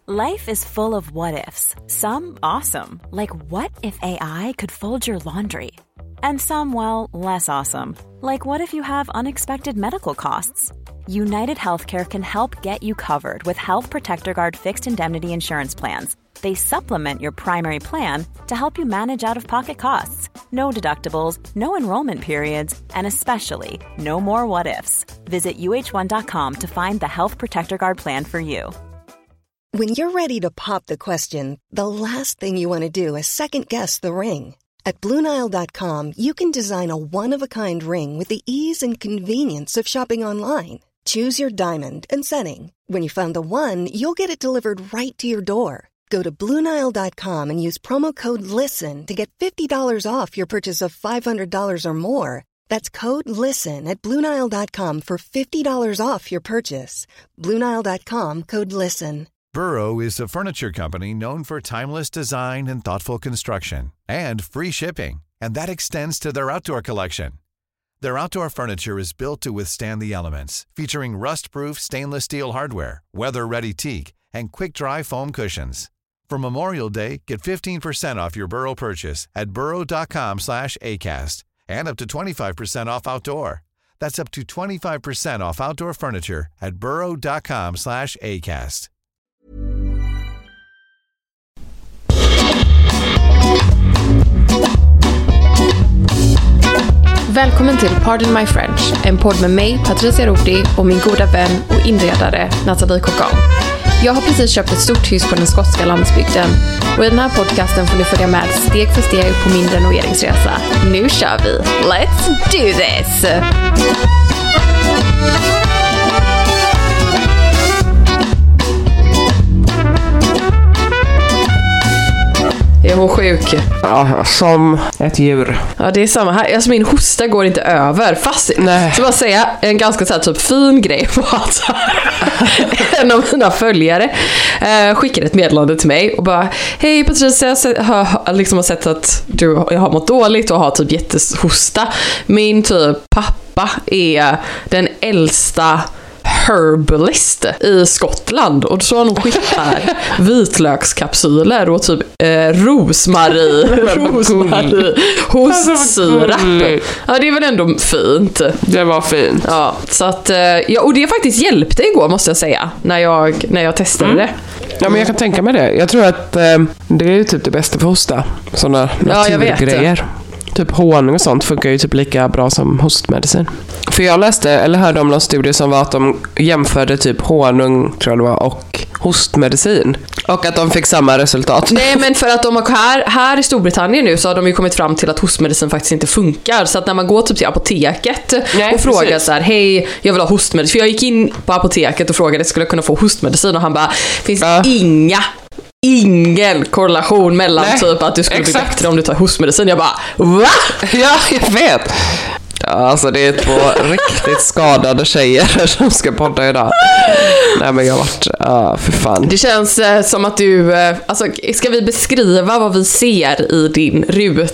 Life is full of what-ifs. Some awesome, like what if AI could fold your laundry? And some, well, less awesome, like what if you have unexpected medical costs? United Healthcare can help get you covered with Health Protector Guard fixed indemnity insurance plans. They supplement your primary plan to help you manage out-of-pocket costs. No deductibles, no enrollment periods, and especially no more what-ifs. Visit uh1.com to find the Health Protector Guard plan for you. When you're ready to pop the question, the last thing you want to do is second-guess the ring. At BlueNile.com, you can design a one-of-a-kind ring with the ease and convenience of shopping online. Choose your diamond and setting. When you find the one, you'll get it delivered right to your door. Go to BlueNile.com and use promo code LISTEN to get $50 off your purchase of $500 or more. That's code LISTEN at BlueNile.com for $50 off your purchase. BlueNile.com, code LISTEN. Burrow is a furniture company known for timeless design and thoughtful construction, and free shipping, and that extends to their outdoor collection. Their outdoor furniture is built to withstand the elements, featuring rust-proof stainless steel hardware, weather-ready teak, and quick-dry foam cushions. For Memorial Day, get 15% off your Burrow purchase at burrow.com/ACAST and up to 25% off outdoor. That's up to 25% off outdoor furniture at burrow.com/ACAST. Välkommen till Pardon My French, en podd med mig, Patricia Rodi, och min goda vän och inredare Nathalie Cocan. Jag har precis köpt ett stort hus på den skotska landsbygden, och i den här podcasten får ni följa med steg för steg på min renoveringsresa. Nu kör vi! Let's do this! Är hon sjuk? Ja, som ett djur. Ja, det är samma här. Alltså min hosta går inte över. Fast, så bara säga, en ganska så här, typ fin grej på att en av mina följare skickade ett meddelande till mig och bara: hej Patricia, jag har sett att jag har mått dåligt och har typ jättehosta. Min typ pappa är den äldsta herbalist i Skottland, och så har de skickat vitlökskapsyler och typ rosmarin hostsirap. Ja, det är väl ändå fint. Det var fint. Ja, så att ja, och det faktiskt hjälpte igår, måste jag säga, när jag testade det. Ja, men jag kan tänka mig det. Jag tror att det är ju typ det bästa för hosta. Såna naturgrejer. Typ honung och sånt funkar ju typ lika bra som hostmedicin. För jag läste, eller hörde om någon studie som var att de jämförde typ honung, tror jag det var, och hostmedicin. Och att de fick samma resultat. Nej, men för att de har här i Storbritannien nu, så har de ju kommit fram till att hostmedicin faktiskt inte funkar. Så att när man går typ till apoteket och frågar så här: hej, jag vill ha hostmedicin. För jag gick in på apoteket och frågade, skulle jag kunna få hostmedicin? Och han bara, finns ingen korrelation mellan typ att du skulle bli bättre om du tar hostmedicin. Jag bara, va? Ja, jag vet. Ja, alltså det är 2 riktigt skadade tjejer som ska podda idag. Nej, men jag har varit, för fan. Det känns som att du, alltså, ska vi beskriva vad vi ser i din ruta?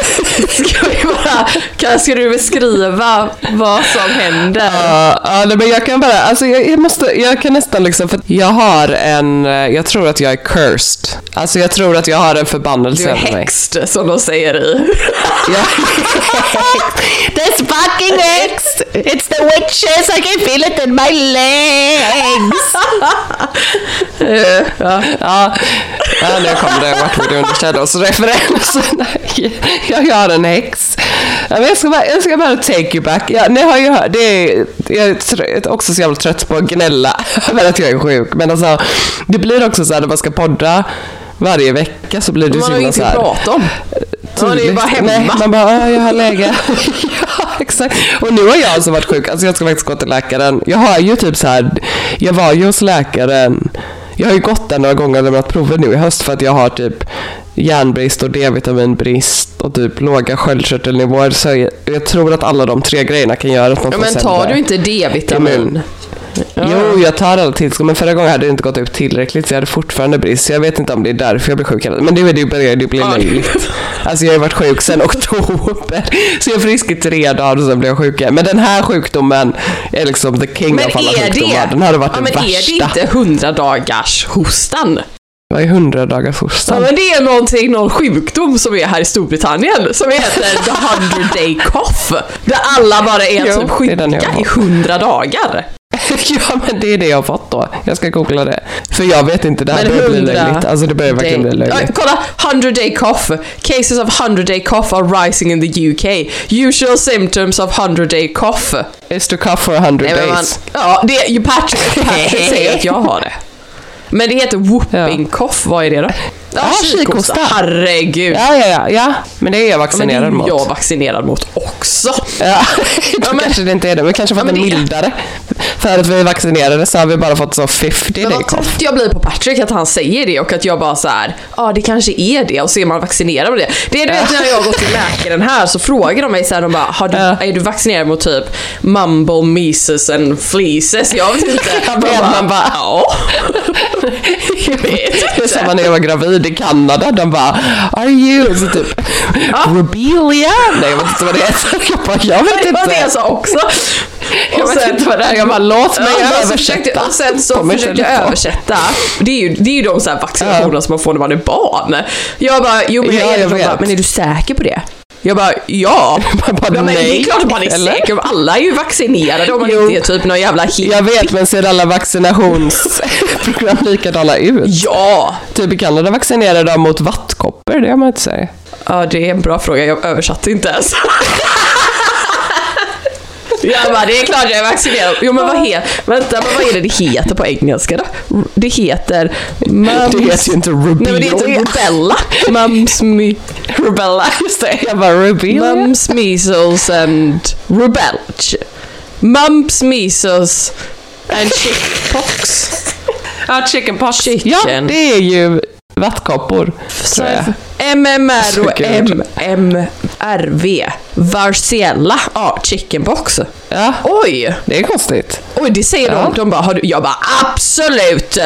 Ska du beskriva vad som händer? Ja, men jag kan bara, alltså jag kan nästan liksom, för jag har jag tror att jag är cursed. Alltså jag tror att jag har en förbannelse över mig. Du är häxt, som de säger i. This fucking eggs! It's the witches! I can feel it in my legs! Ja, nu kommer det What We Do in the Shadows referensen. Jag har en häx. Jag ska bara take you back. Ja, ni har ju hört, jag är också så jävla trött på att gnälla över att jag är sjuk. Men alltså, det blir också så här när man ska podda varje vecka, så blir det så himla så här. Man har ingenting att prata om. Man är bara hemma. Nej, man bara, jag har läge. Ja, exakt. Och nu har jag alltså varit sjuk. Alltså jag ska faktiskt gå till läkaren. Jag har ju typ så här, jag var ju hos läkaren. Jag har ju gått där några gånger och lämnat prover nu i höst, för att jag har typ järnbrist och D-vitaminbrist och typ låga sköldkörtelnivåer. Så jag tror att alla de 3 grejerna kan göra att man får men tar du inte D-vitamin? Jo, jag tar alla tillskott, men förra gången hade det inte gått upp tillräckligt så jag hade fortfarande brist. Så jag vet inte om det är därför jag blir sjuk. Men det börjar ju bli löjligt. Alltså jag har varit sjuk sedan oktober. Så jag är frisk i 3 dagar och så blir jag sjuk. Men den här sjukdomen är liksom the king of alla sjukdomar. Den hade varit den värsta. Men är det inte 100 dagars hostan? Vad är 100 dagars hostan? Ja, men det är någon sjukdom som är här i Storbritannien som heter the 100-day cough. Där alla bara är typ sjuka i 100 dagar. Ja, men det är det jag har fått då. Jag ska googla det. För jag vet inte, det här börjar bli löjligt. Alltså det börjar verkligen bli löjligt. Ja, kolla, 100-day cough. Cases of 100-day cough are rising in the UK. Usual symptoms of 100-day cough. Is to cough for 100 days. Ja, det är ju Patrick säger att jag har det. Men det heter whooping cough. Vad är det då? Ja, kikhosta. Herregud. Ja. Men det är jag vaccinerad mot. Jag är vaccinerad mot också. Ja, kanske det inte är det. Men kanske fått en mildare. För att vi är vaccinerade så har vi bara fått så 50 day cough. Jag blir på Patrick att han säger det och att jag bara så här, det kanske är det, och så är man vaccinerad med det. Det är du vet, när jag går till läkaren här så frågar de mig så här, de bara, är du vaccinerad mot typ mumble, measles and fleases? Jag vet inte. Man bara, ja. Jag vet inte. Det är samma när jag var gravid i Kanada. De bara, are you? Så typ, Rubelia? Nej, jag vet inte vad det är. Jag vet inte. Det är så också. Jag vet inte vad det är. Jag bara, låt mig översätta. Och sen så försökte jag översätta. Det är ju de så här vaccinationerna som man får när man är barn. Jag bara, men är du säker på det? Jag bara, ja. Men det är klart att man är säker. Alla är ju vaccinerade om man inte är typ någon jävla hippie. Jag vet, men ser alla vaccinationsprogram likadana ut? Ja. Typ i Kanada vaccinerar de mot vattkoppor, det har man inte säga. Ja, det är en bra fråga. Jag översatte inte ens. Jag bara, det är klart jag är vaccinerad. Jo, men vad är det heter på engelska då? Det heter mums. Det heter ju inte rubella. Nej, men det heter rubella. Rubella, just det. Jag bara, rubella. Mumps, measles and rubella. Mumps, measles and chickenpox. Ja, chickenpox. Ja, det är ju vattkoppor, tror jag. MMR och MMRV. Varicella. Ja, chickenpox. Ja. Oj. Det är konstigt. Oj, det säger de. De bara, jag bara, absolut.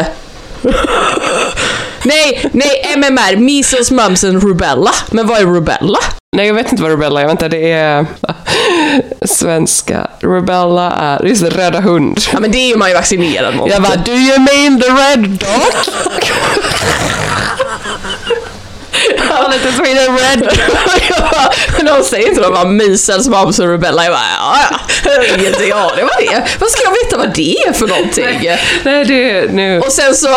nej, MMR. Measles, mumps and rubella. Men vad är rubella? Nej, jag vet inte vad rubella är. Vänta, det är svenska. Rubella är just det, röda hund. Ja, men det är ju man ju vaccinerad mot. Jag bara, do you mean the red dog? Ja, lite Sweden red. Men de säger inte de bara measles, mumps och rubella. Jag bara, ja, det var det. Vad ska jag veta vad det är för någonting? Nej, det är nu. Och sen så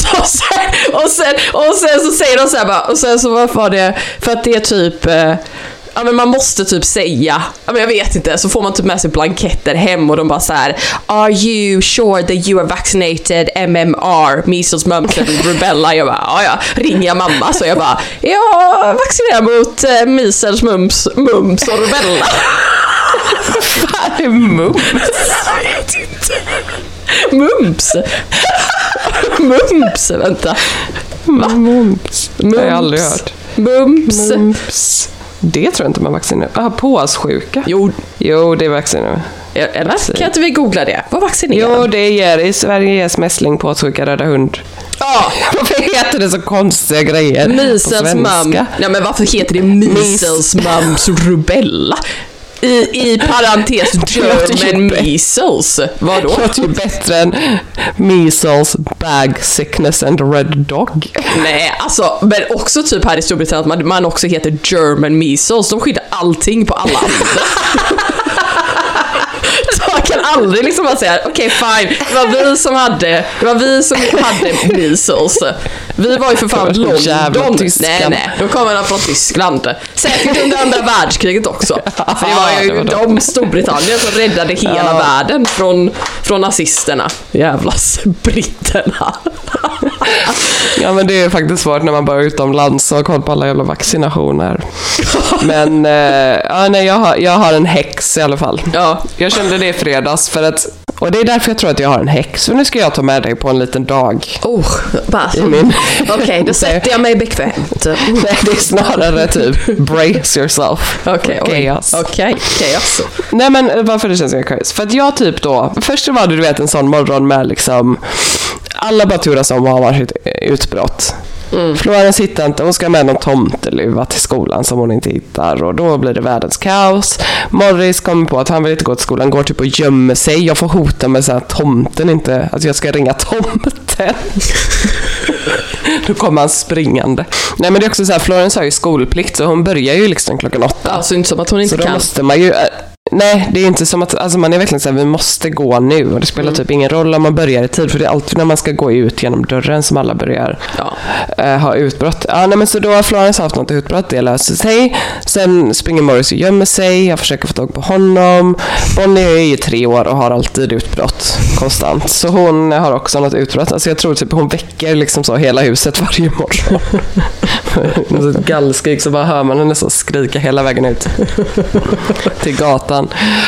säger de så här bara, och sen så vad var det? För att det är typ ja, men man måste typ säga, ja, men jag vet inte, så får man typ med sig blanketter hem och de bara så här: are you sure that you are vaccinated MMR, measles, mumps and rubella? Jag bara, ja, ringer jag mamma så jag bara, jag vaccinerar mot measles, mumps och rubella. Vad fan är mumps? Jag vet inte. Mumps, vänta. Va? Mumps. Det har jag aldrig hört. Mumps. Det tror jag inte man vaccinerar. Påssjuka. Jo, det är vaccinerar. Eller kan inte vi googla det? Vad vaccinerar? Jo, det ger. I Sverige ges mässling, påssjuka, röda hund. Ja, varför heter det så konstiga grejer? Measles, mumps. Ja, men varför heter det measles, mumps, rubella? I parentes German measles. Vadå? Det låter ju bättre än measles, bag, sickness and red dog. Nej, alltså, men också typ här i Storbritannien att man också heter German measles. De skyddar allting på alla andra. Man kan aldrig liksom bara säga, okej, fine, det var vi som hade measles. Vi var ju för fan London. Nej, då kommer de från Tyskland. Säkert under andra världskriget också. För det var ju de Storbritannien som räddade hela världen från nazisterna. Jävlas britterna. Ja, men det är faktiskt svårt när man bara är utomlands och har koll på alla jävla vaccinationer. Men nej, jag har en häx i alla fall. Ja. Jag kände det i fredags för att Och det är därför jag tror att jag har en häx. Så nu ska jag ta med dig på en liten dag. Okej, då sätter jag mig bekvämt. Nej, det är snarare typ brace yourself. Chaos. Nej, men varför det känns som chaos? För att jag typ då, först var det, du vet, en sån morgon med liksom alla bara turas om har varit utbrott. Florence hittar inte, hon ska med någon tomteluva till skolan som hon inte hittar, och då blir det världens kaos. Morris kommer på att han vill inte gå till skolan, går typ och gömmer sig. Jag får hota med så att tomten inte, att jag ska ringa tomten. Då kommer han springande. Nej, men det är också så här, Florence har ju skolplikt, så hon börjar ju liksom 8:00. Alltså inte som att hon inte så kan. Så då måste man ju... Nej, det är inte som att, alltså man är verkligen så här, vi måste gå nu, och det spelar typ ingen roll om man börjar i tid, för det är alltid när man ska gå ut genom dörren som alla börjar ha utbrott. Ja, nej, men så då har Florence haft något utbrott, det löser sig. Sen springer Morris och gömmer sig, jag försöker få tag på honom. Bonnie är ju 3 år och har alltid utbrott konstant, så hon har också något utbrott. Alltså jag tror typ hon väcker liksom så hela huset varje morgon. Så gallskrik, så bara hör man henne så skrika hela vägen ut till gatan.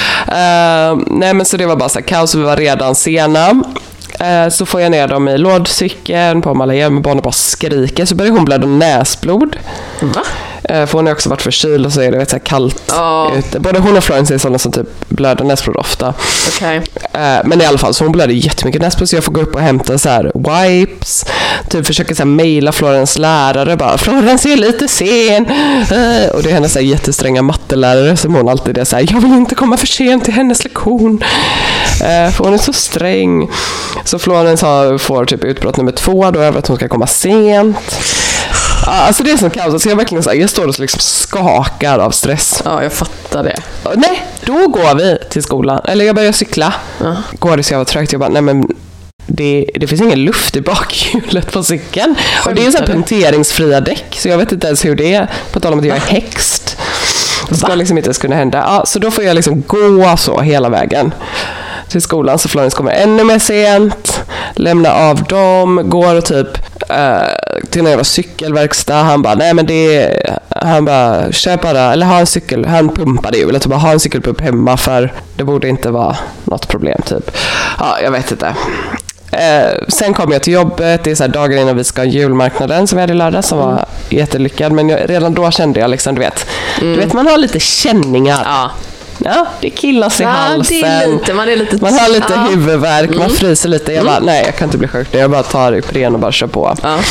Nej, men så det var bara så här kaos, vi var redan sena. Så får jag ner dem i lådcykeln på Malaya, med barnen bara skriker, så börjar hon blöda näsblod. Va? För hon har också varit förkyld, och så är det så här kallt ute. Både hon och Florence är sådana som typ blöder näsblod ofta. Men i alla fall, så hon blöder jättemycket näsblod, så jag får gå upp och hämta så här wipes, typ försöker så här mejla Florence lärare, bara Florence är lite sen, och det är hennes så här jättestränga mattelärare som hon alltid är så här, jag vill inte komma för sent till hennes lektion, för hon är så sträng. Så Florence får typ utbrott nummer 2 då, över att hon ska komma sent. Alltså det är sån kaos, alltså jag står och liksom skakar av stress. Ja, jag fattar det. Nej, då går vi till skolan. Eller jag börjar cykla. Går det så jag var trögt, jag bara, nej men det finns ingen luft i bakhjulet på cykeln. Och det är så här punkteringsfria däck, så jag vet inte ens hur det är, på tal om att jag är häxt. Det ska liksom inte ens kunna hända. Ja, så då får jag liksom gå så hela vägen till skolan, så Florence kommer ännu mer sent, lämna av dem, går och typ till en jävla cykelverkstad. Han bara, nej men han bara, köp bara, eller ha en cykel, han pumpade ju, eller typ bara ha en cykelpump hemma, för det borde inte vara något problem typ. Ja, jag vet inte. Sen kom jag till jobbet, det är så här dagen innan vi ska ha julmarknaden som vi hade lördag, som var jättelyckad, men redan då kände jag liksom, du vet man har lite känningar. Ja, det killas i halsen. Man har lite huvudvärk, man fryser lite. Jag bara, nej, jag kan inte bli sjuk. Jag bara tar Ipren och bara kör på.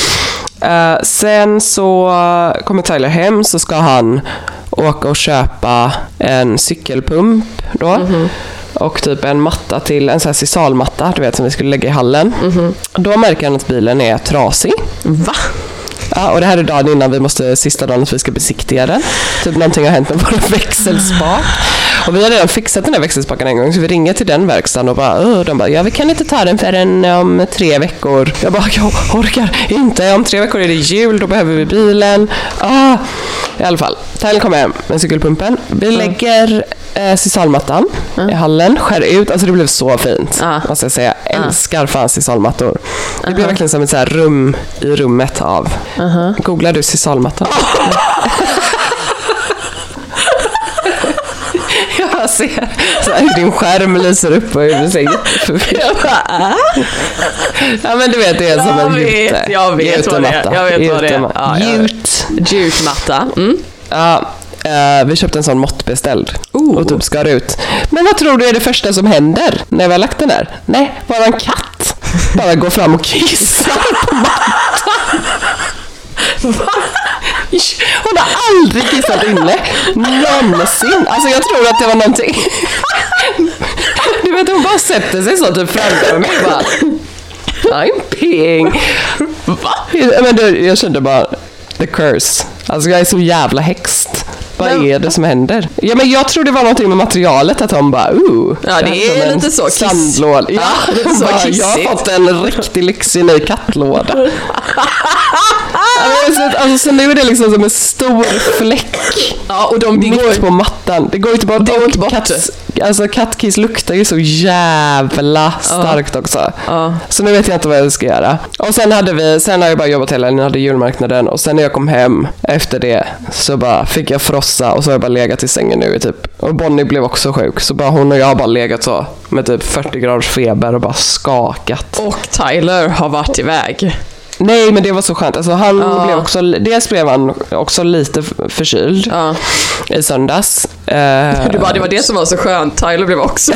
Sen så kommer Tyler hem, så ska han åka och köpa en cykelpump då. Och typ en matta till, en sån här sisalmatta, du vet, som vi skulle lägga i hallen. Då märker han att bilen är trasig. Va? Ja, och det här är dagen innan sista dagen att vi ska besiktiga den. Typ någonting har hänt med vår växelspak. Och vi har redan fixat den här växelspaken en gång, så vi ringer till den verkstaden och bara, de bara, ja, vi kan inte ta den förrän om 3 veckor. Jag bara, jag orkar inte. Om 3 veckor är det jul, då behöver vi bilen. I alla fall, Tyler kommer hem med cykelpumpen. Vi lägger sisalmattan i hallen, skär ut. Alltså det blev så fint, måste jag säga. Älskar fan sisalmattor. Det blev verkligen som ett så här rum i rummet av. Googlar du sisalmatta? Jag ser så här, din skärm lyser upp och du säger ja, men du vet, det är som en jute. Jag vet vad det är. Jag vet vad det är. Jutmatta. Ja, vi köpte en sån måttbeställd och typ skar ut. Men vad tror du är det första som händer när vi har lagt den här? Nej, bara en katt bara går fram och kissar på mattan. Va? Hon har aldrig kissat inne någonsin. Alltså jag tror att det var någonting. Du vet, hon bara sätter sig så typ framför mig bara, I'm peeing. Va? Men jag kände bara the curse. Alltså jag är så jävla häxt. Vad är det som händer? Ja, men jag tror det var någonting med materialet, att hon bara, ja, det är lite så sandlåda. Ja, bara, jag har fått en riktig lyxig ny kattlåda. Alltså, så nu är det liksom som en stor fläck. Ja, och det går på mattan. Det går inte bort. Det går inte bort. Alltså kattkiss luktar ju så jävla starkt också. Så nu vet jag inte vad jag ska göra. Och sen har jag bara jobbat hela tiden, hade julmarknaden. Och sen när jag kom hem efter det så bara fick jag frossa. Och så har jag bara legat i sängen nu typ. Och Bonnie blev också sjuk. Så bara hon och jag har bara legat så med typ 40 graders feber och bara skakat. Och Tyler har varit iväg. Nej, men det var så skönt. Alltså, dels blev han också lite förkyld i söndags. Det var det som var så skönt. Tyler blev också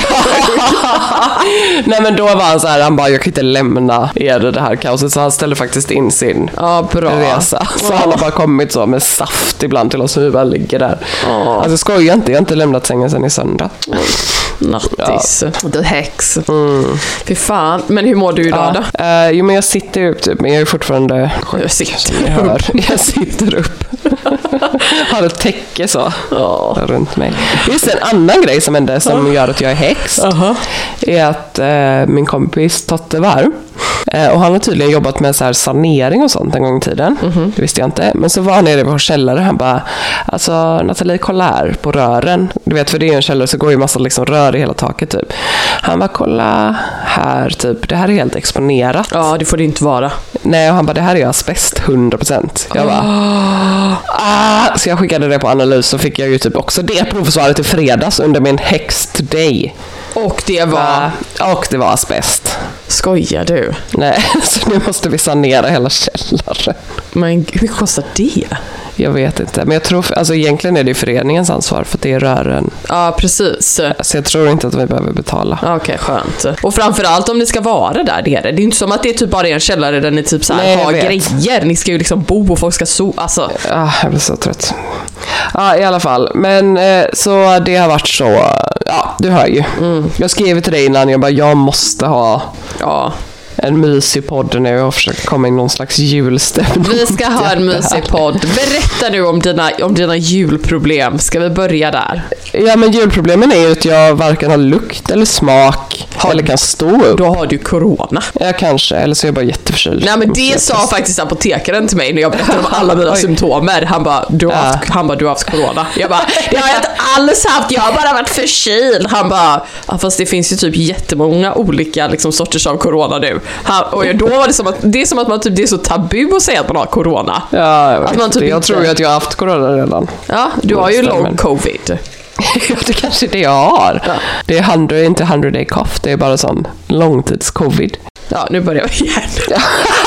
Nej, men då var han så här, han bara, jag kan inte lämna det här kaoset. Så han ställde faktiskt in sin resa. Så han har bara kommit så med saft ibland till oss hur vi bara ligger där. Alltså skojar inte, jag har inte lämnat sängen sen i söndag. Nattis. The hex. Fy fan. Men hur mår du idag då? Jo, men jag sitter upp typ, men jag är fortfarande sjuk. Jag sitter upp. Har ett täcke så runt mig. Just en annan grej som hände som gör att jag är häx är att min kompis Totte var och han har tydligen jobbat med så här sanering och sånt en gång i tiden. Det visste jag inte. Men så var han nere på källare. Han bara, alltså Nathalie, kolla här på rören. Du vet, för det är en källare så går ju massa liksom rör i hela taket typ. Han bara, kolla här typ. Det här är helt exponerat. Ja, det får det inte vara. Nej, och han bara, det här är asbest 100%. Jag bara, så jag skickade det på analys och fick jag ju typ också det provsvaret i fredags under min Hex Today. Och det var asbest. Skojar du? Nej, så nu måste vi sanera hela källaren. Men hur kostar det? Jag vet inte, men jag tror, alltså egentligen är det föreningens ansvar för att det är rören. Ja, precis. Så jag tror inte att vi behöver betala. Okej, skönt. Och framförallt om ni ska vara där nere. Det är inte som att det är typ bara en källare där ni typ så här har grejer. Ni ska ju liksom bo och folk ska alltså. Jag blir så trött. Ja, i alla fall. Men så det har varit så, du hör ju. Jag skrev till dig innan, jag måste ha en mysig podd nu och försöka komma in någon slags julstämning. Vi ska ha en mysig podd. Berätta nu om dina julproblem. Ska vi börja där? Ja, men julproblemen är ju att jag varken har lukt eller smak eller kan stå upp. Då har du corona. Ja, kanske. Eller så är jag bara jätteförkyld. Nej, men det sa faktiskt apotekaren till mig när jag berättade om alla mina symptomer. Han bara, du har haft corona. Jag bara, det har jag inte alls haft. Jag har bara varit förkyld. Han bara, fast det finns ju typ jättemånga olika liksom, sorters av corona nu. Och då var det som att det är så tabu att säga att man har corona. Ja, jag tror ju att jag har haft corona redan. Ja, du har ju long covid. Ja, det kanske är det jag har. Ja. Det är inte 100-day cough, det är bara sån långtids-covid. Ja, nu börjar vi igen.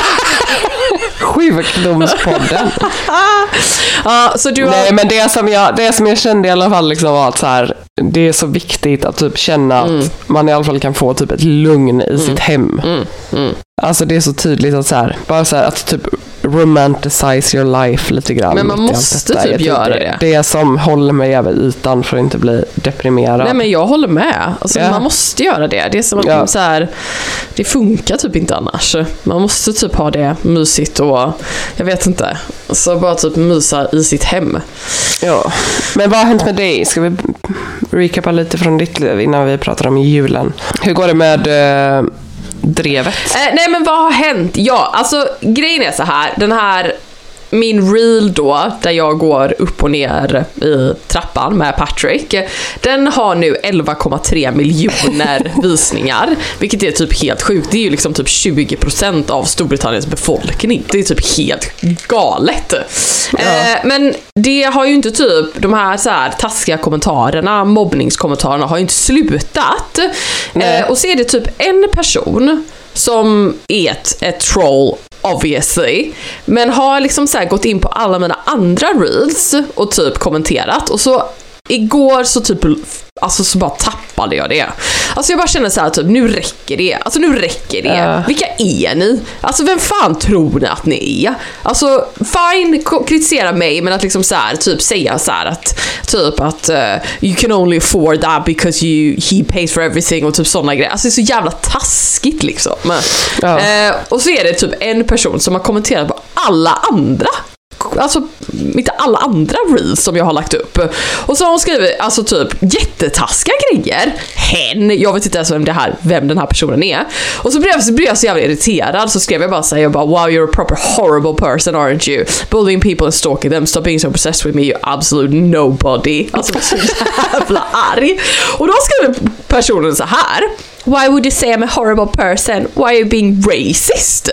Sjukdomspodden. Så du har... Nej, men det som jag kände i alla fall liksom var att så här, det är så viktigt att typ känna att man i alla fall kan få typ ett lugn i sitt hem. Alltså det är så tydligt att så här, bara så här, att typ romanticize your life lite grann. Men man måste typ göra det. Det som håller mig över ytan för att inte bli deprimerad. Nej, men jag håller med. Alltså man måste göra det. Det är som att så här, det funkar typ inte annars. Man måste typ ha det mysigt och jag vet inte. Så bara typ mysa i sitt hem. Ja. Men vad har hänt med dig? Ska vi recapa lite från ditt liv innan vi pratar om julen? Hur går det med drevet? Nej, men vad har hänt? Ja, alltså grejen är så här. Min reel då, där jag går upp och ner i trappan med Patrick, den har nu 11,3 miljoner visningar, vilket är typ helt sjukt. Det är ju liksom typ 20% av Storbritanniens befolkning. Det är typ helt galet. Men det har ju inte typ, de här så här taskiga kommentarerna, mobbningskommentarerna har ju inte slutat. Och så är det typ en person som är ett troll, obviously, men har liksom så här gått in på alla mina andra reels och typ kommenterat, och så igår så typ, alltså så bara tappade jag det. Alltså jag bara känner så här typ, nu räcker det. Alltså nu räcker det. Vilka är ni? Alltså vem fan tror ni att ni är? Alltså fine, kritisera mig, men att liksom så här typ säga så här att typ att you can only afford that because he pays for everything och typ såna grejer. Alltså det är så jävla taskigt liksom. Och så är det typ en person som har kommenterat på alla andra alltså inte alla andra reels som jag har lagt upp. Och så har hon skrivit alltså typ jättetaskiga grejer. Jag vet inte ens vem den här personen är. Och så blev jag så jävla irriterad, så skrev jag bara så här, wow, you're a proper horrible person, aren't you? Bullying people and stalking them, stop being so obsessed with me, you absolute nobody. Alltså så jävla arg. Och då skrev personen så här: why would you say I'm a horrible person? Why are you being racist?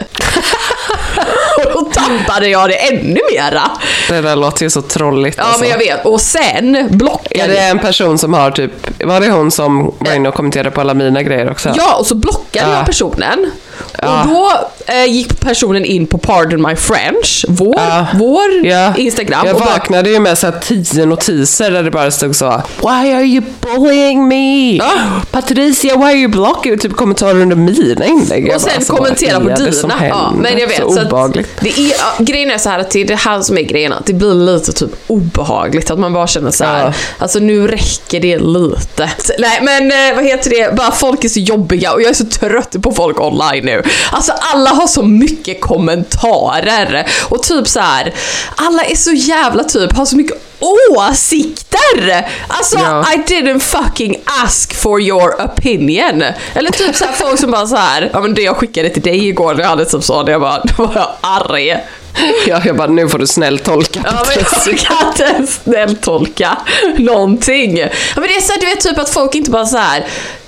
Och då tappade jag det ännu mera. Det där låter ju så trolligt. Ja, alltså. men jag vet. Och sen blockade... Är det en person som har typ... Var det hon som var inne och kommenterade på alla mina grejer också? Ja, och så blockade jag personen. Och då gick personen in på Pardon My French, vår Instagram. Jag vaknade ju med så här 10 notiser där det bara stod så: why are you bullying me? Patricia, why are you blocking? Typ kommentarer under mina inlägg. Och sen kommentera på dina. Ja, men jag vet. Så obehagligt. Grejen är så här att det är det här som är grejen. Att det blir lite typ obehagligt. Att man bara känner så här, alltså nu räcker det lite. Nej, men vad heter det? Bara folk är så jobbiga och jag är så trött på folk online nu. Alltså alla har så mycket kommentarer och typ så här, alla är så jävla typ, har så mycket åsikter. Alltså I didn't fucking ask for your opinion. Eller typ så här folk som bara så här, ja men det jag skickade till dig igår, det hade typ så, det var jag arg. Ja, jag bara, nu får du snälltolka. Ja, men jag kan inte snälltolka någonting. Ja, men det är så här, du vet typ att folk inte bara så här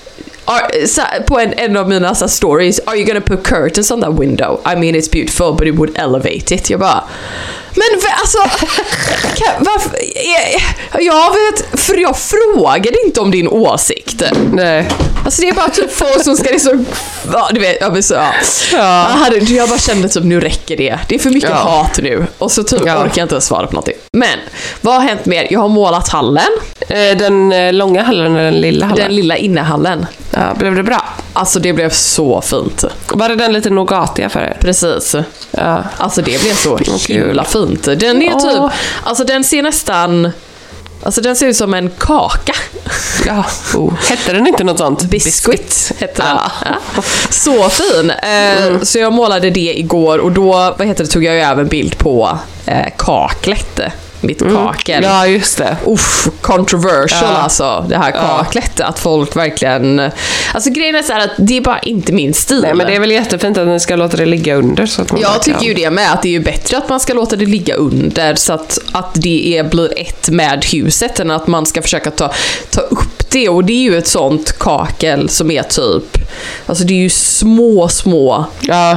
på en av mina stories, are you gonna put curtains on that window? I mean it's beautiful but it would elevate it. Jag bara, men alltså varför? Jag vet, för jag frågade inte om din åsikt. Nej. Alltså det är bara typ folk som ska liksom, ja du vet, jag bara kände typ nu räcker det. Det är för mycket hat nu. Och så typ orkar jag inte svara på någonting. Men vad har hänt mer? Jag har målat hallen. Den långa hallen eller den lilla hallen? Den lilla innehallen. Ja, blev det bra? Alltså det blev så fint. Var det den lite nougatiga för er? Precis. Ja. Alltså det blev så himla fint. Den är typ, alltså den ser nästan, alltså den ser ut som en kaka. Ja. Hette den inte något sånt? Biscuit hette den. Ja. Så fin. Så jag målade det igår och då, tog jag ju även bild på kaklet. Mitt kakel. Ja, just det. Controversial alltså, det här kaklet. Att folk verkligen... Alltså grejen är så här att det är bara inte min stil. Nej, men det är väl jättefint att ni ska låta det ligga under. Så att man jag tycker ju det med, att det är ju bättre att man ska låta det ligga under så att det blir ett med huset än att man ska försöka ta upp det. Och det är ju ett sånt kakel som är typ... Alltså det är ju små... Ja.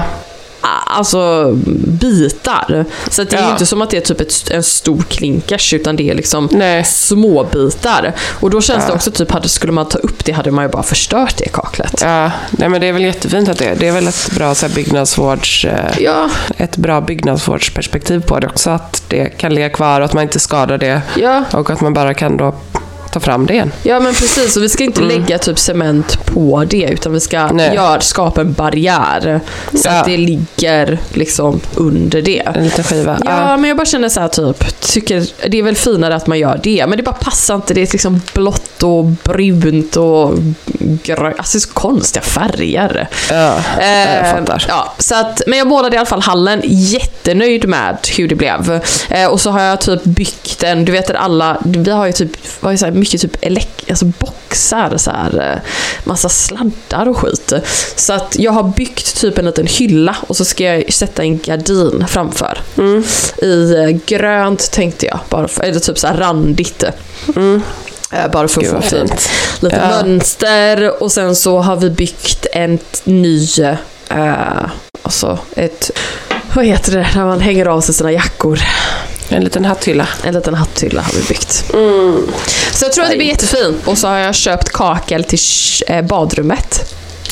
Alltså bitar. Så att det är ju inte som att det är typ en stor klinkers, utan det är liksom små bitar. Och då känns det också typ, skulle man ta upp det hade man ju bara förstört det kaklet. Ja, nej men det är väl jättefint att det är väl ett bra så här, ett bra byggnadsvårdsperspektiv på det också, att det kan ligga kvar och att man inte skadar det och att man bara kan då ta fram det igen. Ja, men precis. Och vi ska inte lägga typ cement på det, utan vi ska skapa en barriär så att det ligger liksom under det. En liten skiva. Ja, men jag bara känner så här tycker det är väl finare att man gör det, men det bara passar inte. Det är liksom blått och brunt och grönt. Alltså så konstiga färger. Ja, jag fattar. Ja, så att, men jag målade i alla fall hallen, jättenöjd med hur det blev. Och så har jag typ byggt den, du vet att vi har ju typ, vad är så här, mycket typ alltså boxar så här, massa sladdar och skit. Så att jag har byggt typ en liten hylla och så ska jag sätta en gardin framför. I grönt tänkte jag, bara för, eller typ så här randigt. Bara för att få fint lite mönster. Och sen så har vi byggt en ny alltså vad heter det när man hänger av sig sina jackor? En liten hatthylla. En liten hatthylla har vi byggt. Så jag tror att det blir jättefint. Och så har jag köpt kakel till badrummet.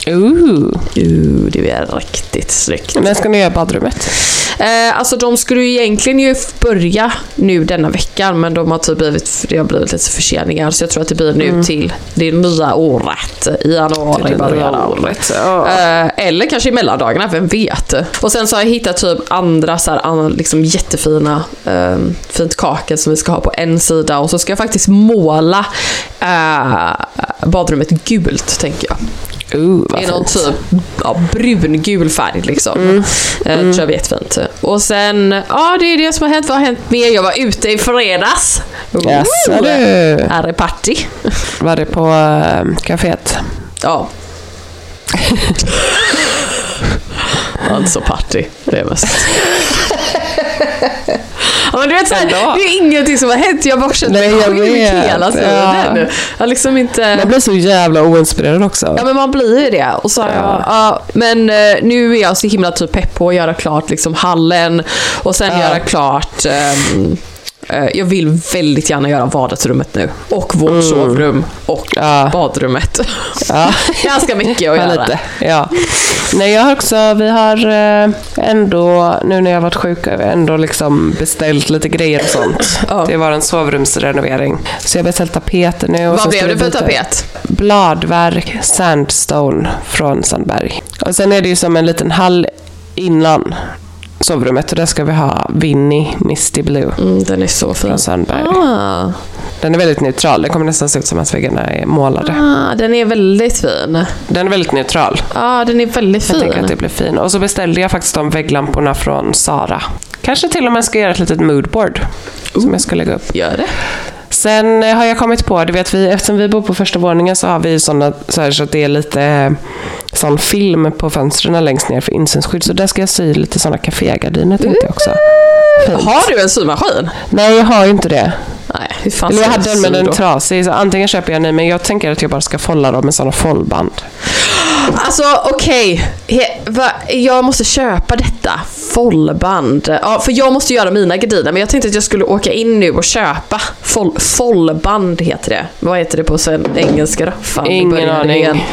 Det blir riktigt snyggt. Men ska ni göra badrummet? Alltså de skulle ju egentligen ju börja nu denna veckan, men de har typ det har blivit lite förseningar, så jag tror att det blir nu till det nya året i januari eller kanske i mellandagarna, vem vet. Och sen så har jag hittat typ andra så här, liksom jättefina fint kakel som vi ska ha på en sida, och så ska jag faktiskt måla badrummet gult, tänker jag. Det är någon typ brungul färg liksom. Tror jag vet fint. Och sen, det är det som har hänt. Vad har hänt mer? Jag var ute i fredags. Yes, Här är party. Var det på kaféet? Ja. Alltså party. Det är mest. Ja, men du vet såhär, det är ingenting som har hänt. Jag bara känner mig sjuk hela tiden. Jag liksom inte... Man blir så jävla oinspirerad också. Ja, men man blir ju det. Och så men nu är jag så himla typ pepp på att göra klart liksom hallen. Och sen göra klart... jag vill väldigt gärna göra vardagsrummet nu. Och vårt sovrum. Och badrummet. Ganska mycket att göra. Lite. Ja. Nej, jag har också, vi har ändå, nu när jag har varit sjuk, ändå liksom beställt lite grejer och sånt. Det var en sovrumsrenovering. Så jag har beställt tapeter nu. Och vad blev det för tapet? Bladverk, sandstone från Sandberg. Och sen är det ju som en liten hall innan sovrummet, och där ska vi ha Winnie Misty Blue. Den är så fin. Från Sandberg. Den är väldigt neutral. Den kommer nästan se ut som att väggarna är målade. Den är väldigt fin. Den är väldigt neutral. Den är väldigt fin. Jag tänker att det blir fin. Och så beställde jag faktiskt de vägglamporna från Sara. Kanske till och med ska göra ett litet moodboard som jag ska lägga upp. Gör det. Sen har jag kommit på, du vet, eftersom vi bor på första våningen så har vi såna, så att det är lite sån film på fönstren längst ner för insynsskydd. Så där ska jag sy lite såna kafégardiner, tänkte jag också. Fint. Har du en symaskin? Nej, jag har ju inte det. Nej, hur fan. Eller jag hade den, men den trasig. Så antingen köper jag den, men jag tänker att jag bara ska folla dem med såna foldband. Alltså okej, jag måste köpa detta foldband. För jag måste göra mina gardiner. Men jag tänkte att jag skulle åka in nu och köpa foldband heter det. Vad heter det på engelska då? Fan, ingen aning.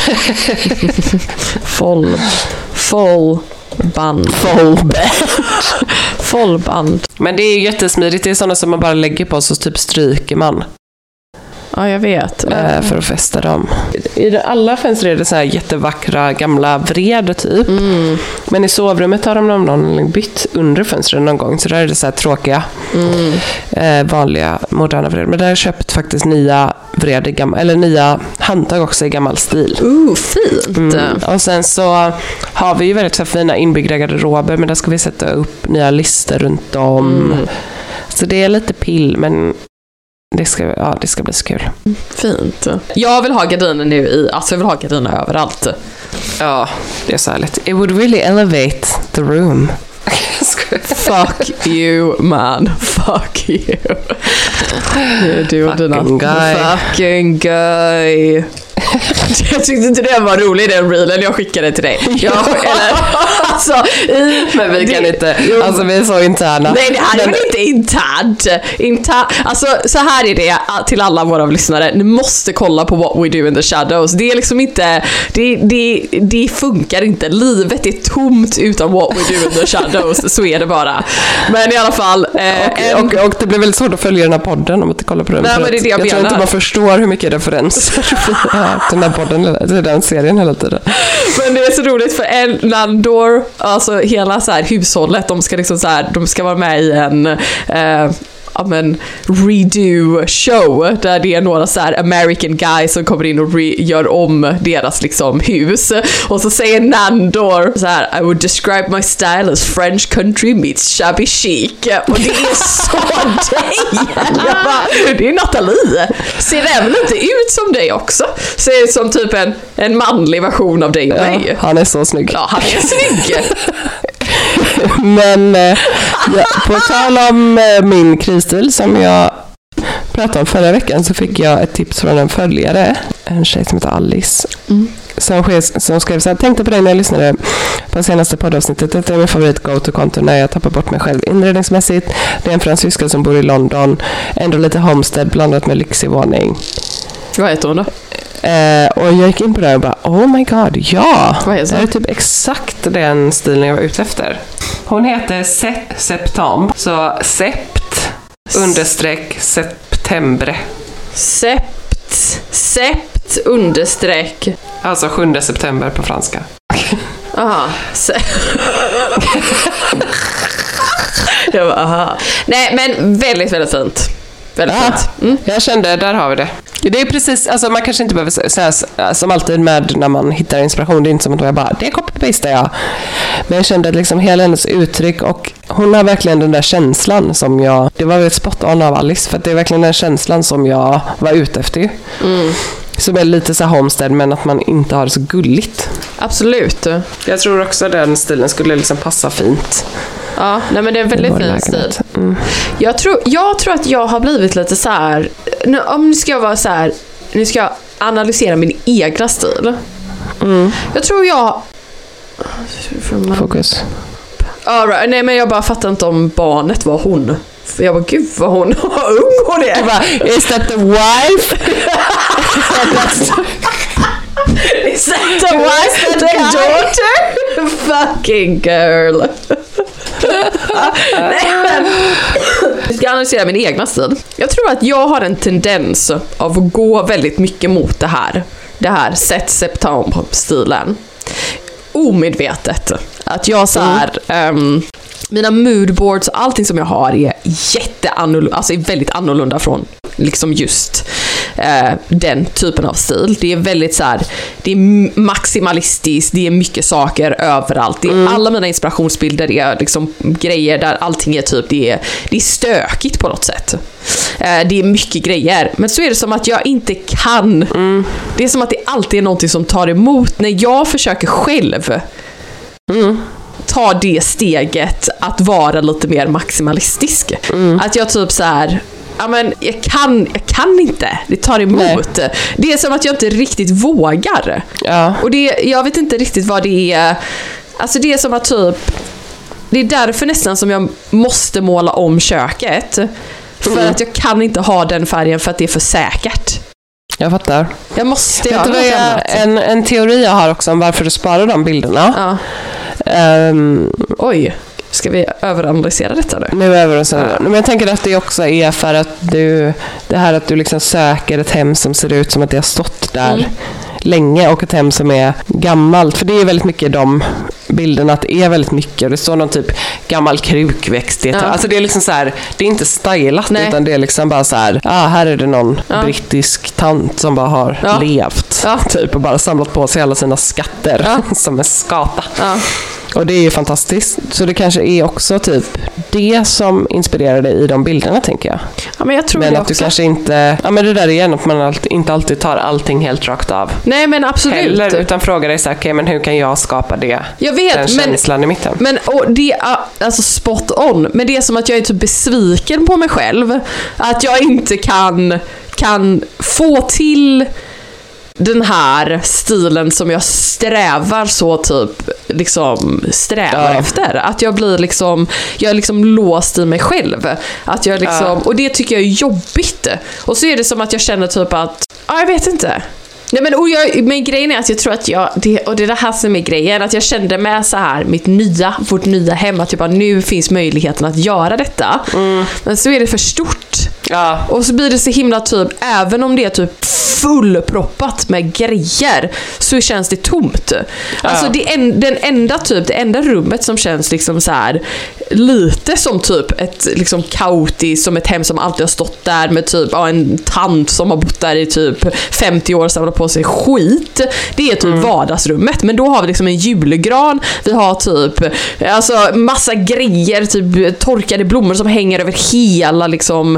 Foldband. Men det är jättesmidigt. Det är sådana som man bara lägger på, så typ stryker man. Ja, jag vet. För att fästa dem. I alla fönster är det så här jättevackra gamla vred typ. Men i sovrummet har de någon bytt under fönstren någon gång. Så där är det så här tråkiga vanliga moderna vred. Men där har jag köpt faktiskt nya nya handtag också i gammal stil. Fint. Och sen så har vi ju väldigt så fina inbyggda garderober, men där ska vi sätta upp nya lister runt om. Så det är lite pill, men det ska bli så kul. Fint. Jag vill ha gardiner nu jag vill ha gardiner överallt. Ja, det är så härligt. It would really elevate the room. Fuck you, man. Fuck you. Du och dina fucking guy. Jag tyckte inte det var roligt, den reelen jag skickade till dig. Men vi kan inte. Alltså vi är så interna. Nej, det här är väl inte internt. Alltså så här är det till alla våra lyssnare. Ni måste kolla på What We Do in the Shadows. Det är liksom inte det funkar inte. Livet är tomt utan What We Do in the Shadows. Så är det bara. Men i alla fall och det blir väldigt svårt att följa den här podden om man inte kollar på den. Nej, men det är det jag tror inte man förstår hur mycket referenser den här podden, den serien hela tiden. Men det är så roligt för Landor, alltså hela så här hushållet, de ska liksom så här, de ska vara med i en redo show där det är några så här American guys som kommer in och gör om deras liksom hus, och så säger Nandor så här: I would describe my style as French country meets shabby chic. Och det är så dig. Jag bara, det är Nathalie. Ser det väl inte ut som dig också? Ser ut som typ en manlig version av dig och mig. Han är så snygg. Ja, han är snygg. Men på tal om min krisstil som jag pratade om förra veckan, så fick jag ett tips från en följare, en tjej som heter Alice, som skrev så här: tänkte på dig när jag lyssnade på senaste poddavsnittet. Det är min favorit go-to-konto när jag tappar bort mig själv inredningsmässigt. Det är en fransyska som bor i London, ändå lite homestead blandat med lyxig våning. Vad heter hon då? Och jag gick in på det och bara, oh my god, ja! Vad är det är typ exakt den stilen jag var ute efter. Hon heter Septembre, så sept_septembre. Sept_ alltså 7 september på franska. Aha. Jag bara, aha. Nej, men väldigt, väldigt fint. Väldigt fint. Jag kände, där har vi det. Det är precis, alltså man kanske inte behöver säga som alltid med när man hittar inspiration, det är inte som att jag bara, det copy-pastar jag. Men jag kände att liksom hela hennes uttryck, och hon har verkligen den där känslan som det var ett spot on av Alice, för att det är verkligen den känslan som jag var ute efter. Som är lite så Homestead, men att man inte har det så gulligt. Absolut. Jag tror också att den stilen skulle liksom passa fint. Ja, nej, men det är en väldigt fin stil. Jag tror att jag har blivit lite så här. Nu ska jag vara så här. Nu ska jag analysera min egna stil. Jag tror jag... Fokus. Right. Nej, men jag bara fattar inte om barnet var hon. För jag bara, gud vad hon ung hon är. Bara, is that the wife? Is that the wife? The daughter? Fucking girl. Nej, men jag ska analysera min egna stil. Jag tror att jag har en tendens av att gå väldigt mycket mot det här set september-stilen. Omedvetet. Att jag så här... mina moodboards och allting som jag har är alltså är väldigt annorlunda från liksom just den typen av stil. Det är väldigt så här, det är maximalistiskt, det är mycket saker överallt. Det är, alla mina inspirationsbilder är liksom grejer där allting är typ, det är stökigt på något sätt. Det är mycket grejer, men så är det som att jag inte kan. Det är som att det alltid är någonting som tar emot när jag försöker själv ta det steget att vara lite mer maximalistisk. Att jag typ så här, ja men jag kan inte. Det tar emot. Nej. Det är som att jag inte riktigt vågar. Ja. Och jag vet inte riktigt vad det är. Alltså det är som att typ, det är därför nästan som jag måste måla om köket. För att jag kan inte ha den färgen för att det är för säkert. Jag fattar. Jag måste göra något annat. En teori jag har också om varför du sparar de bilderna. Ja. Oj, ska vi överanalysera detta nu? Nu överanalysera. Men jag tänker att det också är för att det här att du liksom söker ett hem som ser ut som att det har stått där länge, och ett hem som är gammalt. För det är väldigt mycket de bilderna, att det är väldigt mycket. Det står någon typ gammal krukväxt. Alltså det är liksom så här, det är inte stylat. Nej. Utan det är liksom bara så här, här är det någon brittisk tant som bara har levt typ, och bara samlat på sig alla sina skatter som är skata. Och det är ju fantastiskt. Så det kanske är också typ det som inspirerar dig i de bilderna, tänker jag. Ja, men jag tror men det att också. Du kanske inte... Ja, men det där igen, att man inte alltid tar allting helt rakt av. Nej, men absolut. Heller, utan frågar dig så här, okej, men hur kan jag skapa det? Jag vet, den känslan i mitten. Men och det är alltså spot on. Men det är som att jag är typ besviken på mig själv. Att jag inte kan få till den här stilen som jag strävar efter. Att jag blir jag är liksom låst i mig själv. Att jag och det tycker jag är jobbigt. Och så är det som att jag känner typ att jag vet inte. Nej, men grejen är att jag tror att det är det här som är grejen, att jag kände med så här vårt nya hem, att bara, nu finns möjligheten att göra detta. Men så är det för stort. Ja. Och så blir det så himla typ, även om det är typ fullproppat med grejer, så känns det tomt. Alltså det enda rummet som känns liksom så här lite som typ ett liksom kaotiskt, som ett hem som alltid har stått där med typ en tant som har bott där i typ 50 år och samlat på sig skit. Det är typ vardagsrummet, men då har vi liksom en julgran, vi har typ massa grejer, typ torkade blommor som hänger över hela liksom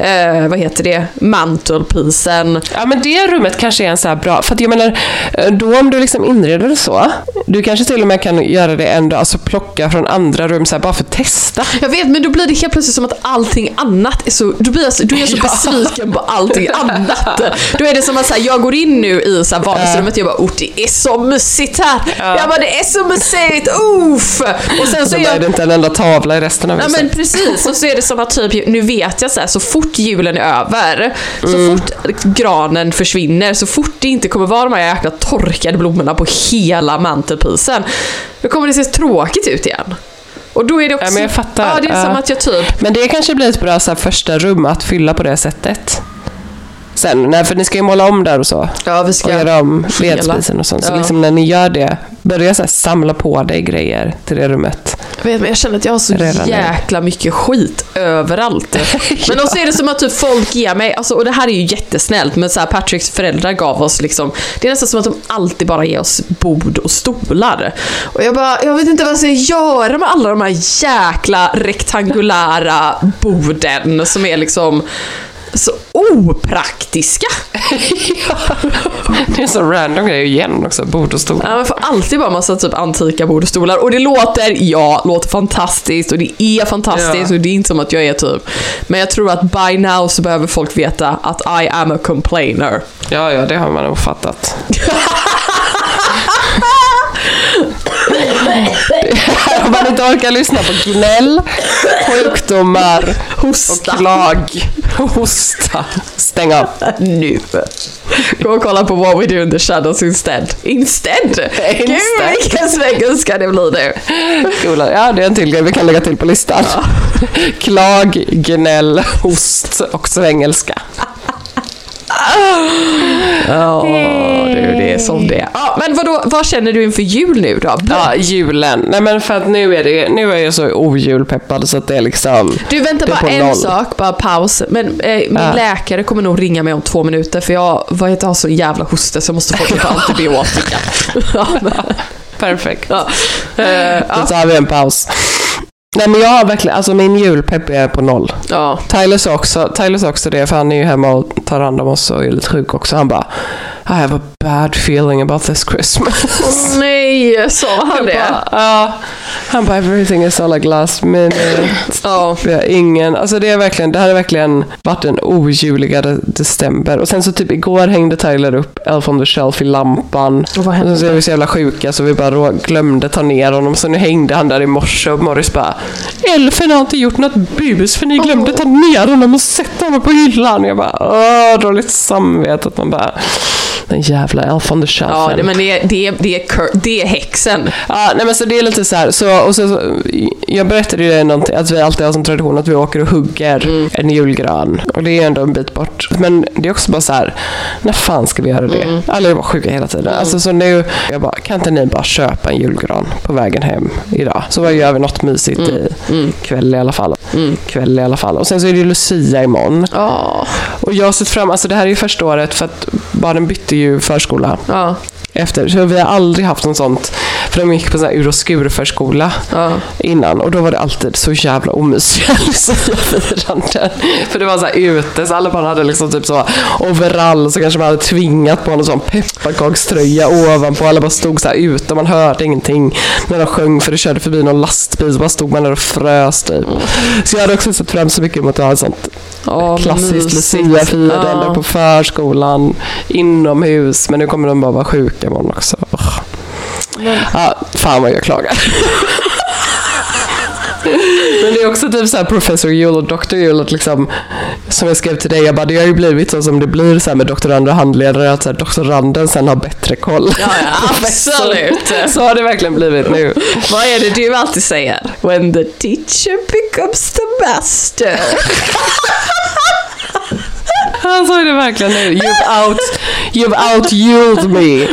mantelpisen. Ja, men det rummet kanske är en så här bra, för att jag menar, då om du liksom inreder det så, du kanske till och med kan göra det ändå, alltså plocka från andra rum så här, bara för att testa. Jag vet, men då blir det helt plötsligt som att allting annat är så, då är jag så besviken på allting annat. Då är det som att så här, jag går in nu i så här vardagsrummet, jag bara, det är så mysigt här. Jag bara, det är så mysigt. Och sen så är det inte en enda tavla i resten av huset. Ja, men precis. Och så är det som att typ, nu vet jag så fort julen är över, så fort granen försvinner, så fort det inte kommer vara de här jäkla torkade blommorna på hela mantelpisen, då kommer det se tråkigt ut igen. Och då är det också... Ja, men jag fattar. Ja, det är som att jag typ... Men det kanske blir ett bra så här, första rum att fylla på det sättet. sen. Nej, för ni ska ju måla om där och så. Ja, vi ska och göra om vedspisen och sånt. Så liksom när ni gör det, börja så här samla på dig grejer till det rummet. Jag känner att jag har så jäkla mycket skit överallt. Men också är det som att typ folk ger mig, alltså, och det här är ju jättesnällt, men så här, Patricks föräldrar gav oss liksom, det är nästan som att de alltid bara ger oss bord och stolar. Och jag vet inte vad jag ska göra med alla de här jäkla rektangulära borden som är liksom så opraktiska. Ja. Det är så random grej igen också, bord och stolar. Ja, man får alltid bara massa typ antika bord och stolar. Och det låter fantastiskt. Och det är fantastiskt. Och det är inte som att jag är typ. Men jag tror att by now så behöver folk veta att I am a complainer. Ja, det har man nog fattat. Om man inte orkar lyssna på gnäll, sjukdomar, hosta och klag, hosta, stäng av nu. Gå och kolla på What We Do in the Shadows instead. Gud, vilken svengelska det blir nu. Cool. Ja, det är en till grej vi kan lägga till på listan. Ja. Klag, gnäll, host och svengelska. Ja, det är som det är. Ja, men vad känner du inför jul nu då? Ja, julen. Nej, men för att nu är jag så ojulpeppad så att det är liksom. Du, vänta bara en sak, bara paus. Men min läkare kommer nog ringa mig om 2 minuter för jag har så jävla hosta så jag måste få lite antibiotika. Perfekt. Ja. Då tar vi en paus. Nej, men jag har verkligen, alltså min julpepp är på 0. Ja. Tyler sa också det, för han är ju hemma och tar hand om oss och är lite sjuk också. Han bara, I have a bad feeling about this Christmas. Nej, sa han det? Ja, han bara, everything is all like last minute. Vi har ingen, alltså det hade verkligen varit en ojuliga december. Och sen så typ igår hängde Tyler upp Elf on the Shelf i lampan. Och så är vi så jävla sjuka så vi bara glömde ta ner honom. Så nu hängde han där i morse och Morris bara, Elfen har inte gjort något bus för ni glömde ta ner honom och sätta honom på hyllan. Jag bara, dåligt samvete att man bara, den jävla Elf on the Shelf. Ja, men det är häxen. Ja, nej, men så det är lite så här. Så jag berättade ju det någonting, att vi alltid har som tradition att vi åker och hugger en julgran. Och det är ändå en bit bort. Men det är också bara så här, när fan ska vi göra det? Alla är bara sjuka hela tiden. Alltså så nu, jag bara, kan inte ni bara köpa en julgran på vägen hem idag? Så gör vi något mysigt kväll i alla fall. Och sen så är det ju Lucia imorgon. Och jag har sett fram, alltså det här är ju första året för att barnen bytte ju förskola. Efter. Så vi har aldrig haft något sånt. För de gick på sån här ur- och skurförskola innan. Och då var det alltid så jävla omysiga firanden. För det var så här ute. Så alla barn hade liksom typ så overall. Så kanske man hade tvingat på någon sån pepparkakströja ovanpå. Alla bara stod så här ute och man hörde ingenting när de sjöng. För det körde förbi någon lastbil. Så bara stod man där och frös typ. Så jag hade också sett fram så mycket mot att ha ett sånt klassiskt Lucia-firande på förskolan. Inomhus. Men nu kommer de bara vara sjuka imorgon också. Ja, fan vad jag klagar. Men det är också typ så här Professor Jul och Dr. Jul att liksom, som jag skrev till dig, jag bara, det har ju blivit så som det blir så här med doktorand och handledare, att så här, doktoranden sen har bättre koll. Ja, absolut. Så har det verkligen blivit nu. Vad är det du alltid säger? When the teacher becomes the master. Han sa det verkligen nu. You've out-juled me.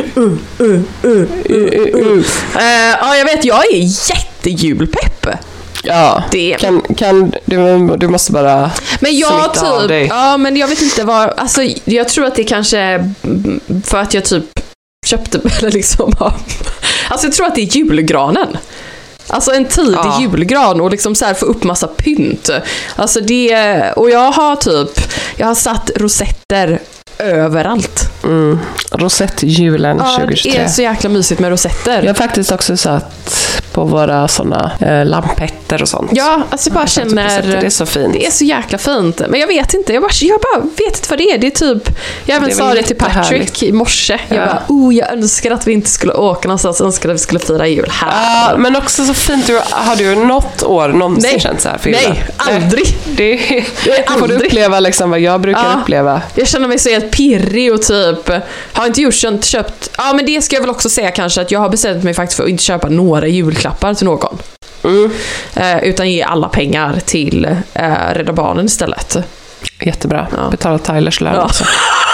Ja, jag vet, jag är jättejulpepp. Ja, kan du måste bara men jag typ av dig. Ja, men jag vet inte vad, alltså jag tror att det kanske för att jag typ köpte eller liksom, alltså jag tror att det är julgranen. Alltså en tidig julgran och liksom så här få upp massa pynt. Alltså det, och jag har satt rosetter överallt. Rosettjulen 2023. Det är så jäkla mysigt med rosetter. Jag har faktiskt också satt på våra såna lampetter och sånt. Ja, alltså jag bara känner det är så fint. Det är så jäkla fint. Men jag vet inte, jag bara vet inte vad det är. Det är typ, jag även sa det till Patrick i morse. Jag bara, jag önskar att vi inte skulle åka någonstans, önskar att vi skulle fira jul här. Men också så fint, har du något år någonsin känt så här för julen? Nej, aldrig. Det får du uppleva liksom vad jag brukar uppleva. Jag känner mig så helt pirrig och typ har inte köpt. Ja, men det ska jag väl också säga kanske, att jag har bestämt mig faktiskt för att inte köpa några julklappar till någon. Utan ge alla pengar till Rädda Barnen istället. Jättebra. Betala Tylers lön också.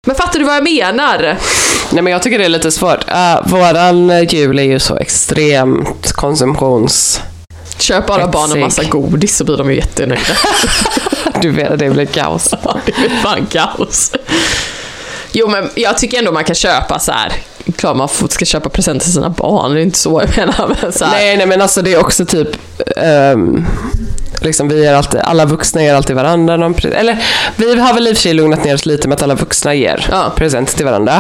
Men fattar du vad jag menar? Nej, men jag tycker det är lite svårt. Våran jul är ju så extremt konsumtions... Köp bara barn en massa godis så blir de ju jättenöjda. Du vet, det blir kaos. Ja, det blir fan kaos. Jo, men jag tycker ändå man kan köpa så här. Klart man ska köpa presenter till sina barn. Det är inte så jag menar. Men så här. Nej, men alltså det är också typ... liksom vi ger alltid, alla vuxna ger alltid varandra eller vi har väl i och för sig lugnat ner oss lite med att alla vuxna ger present till varandra.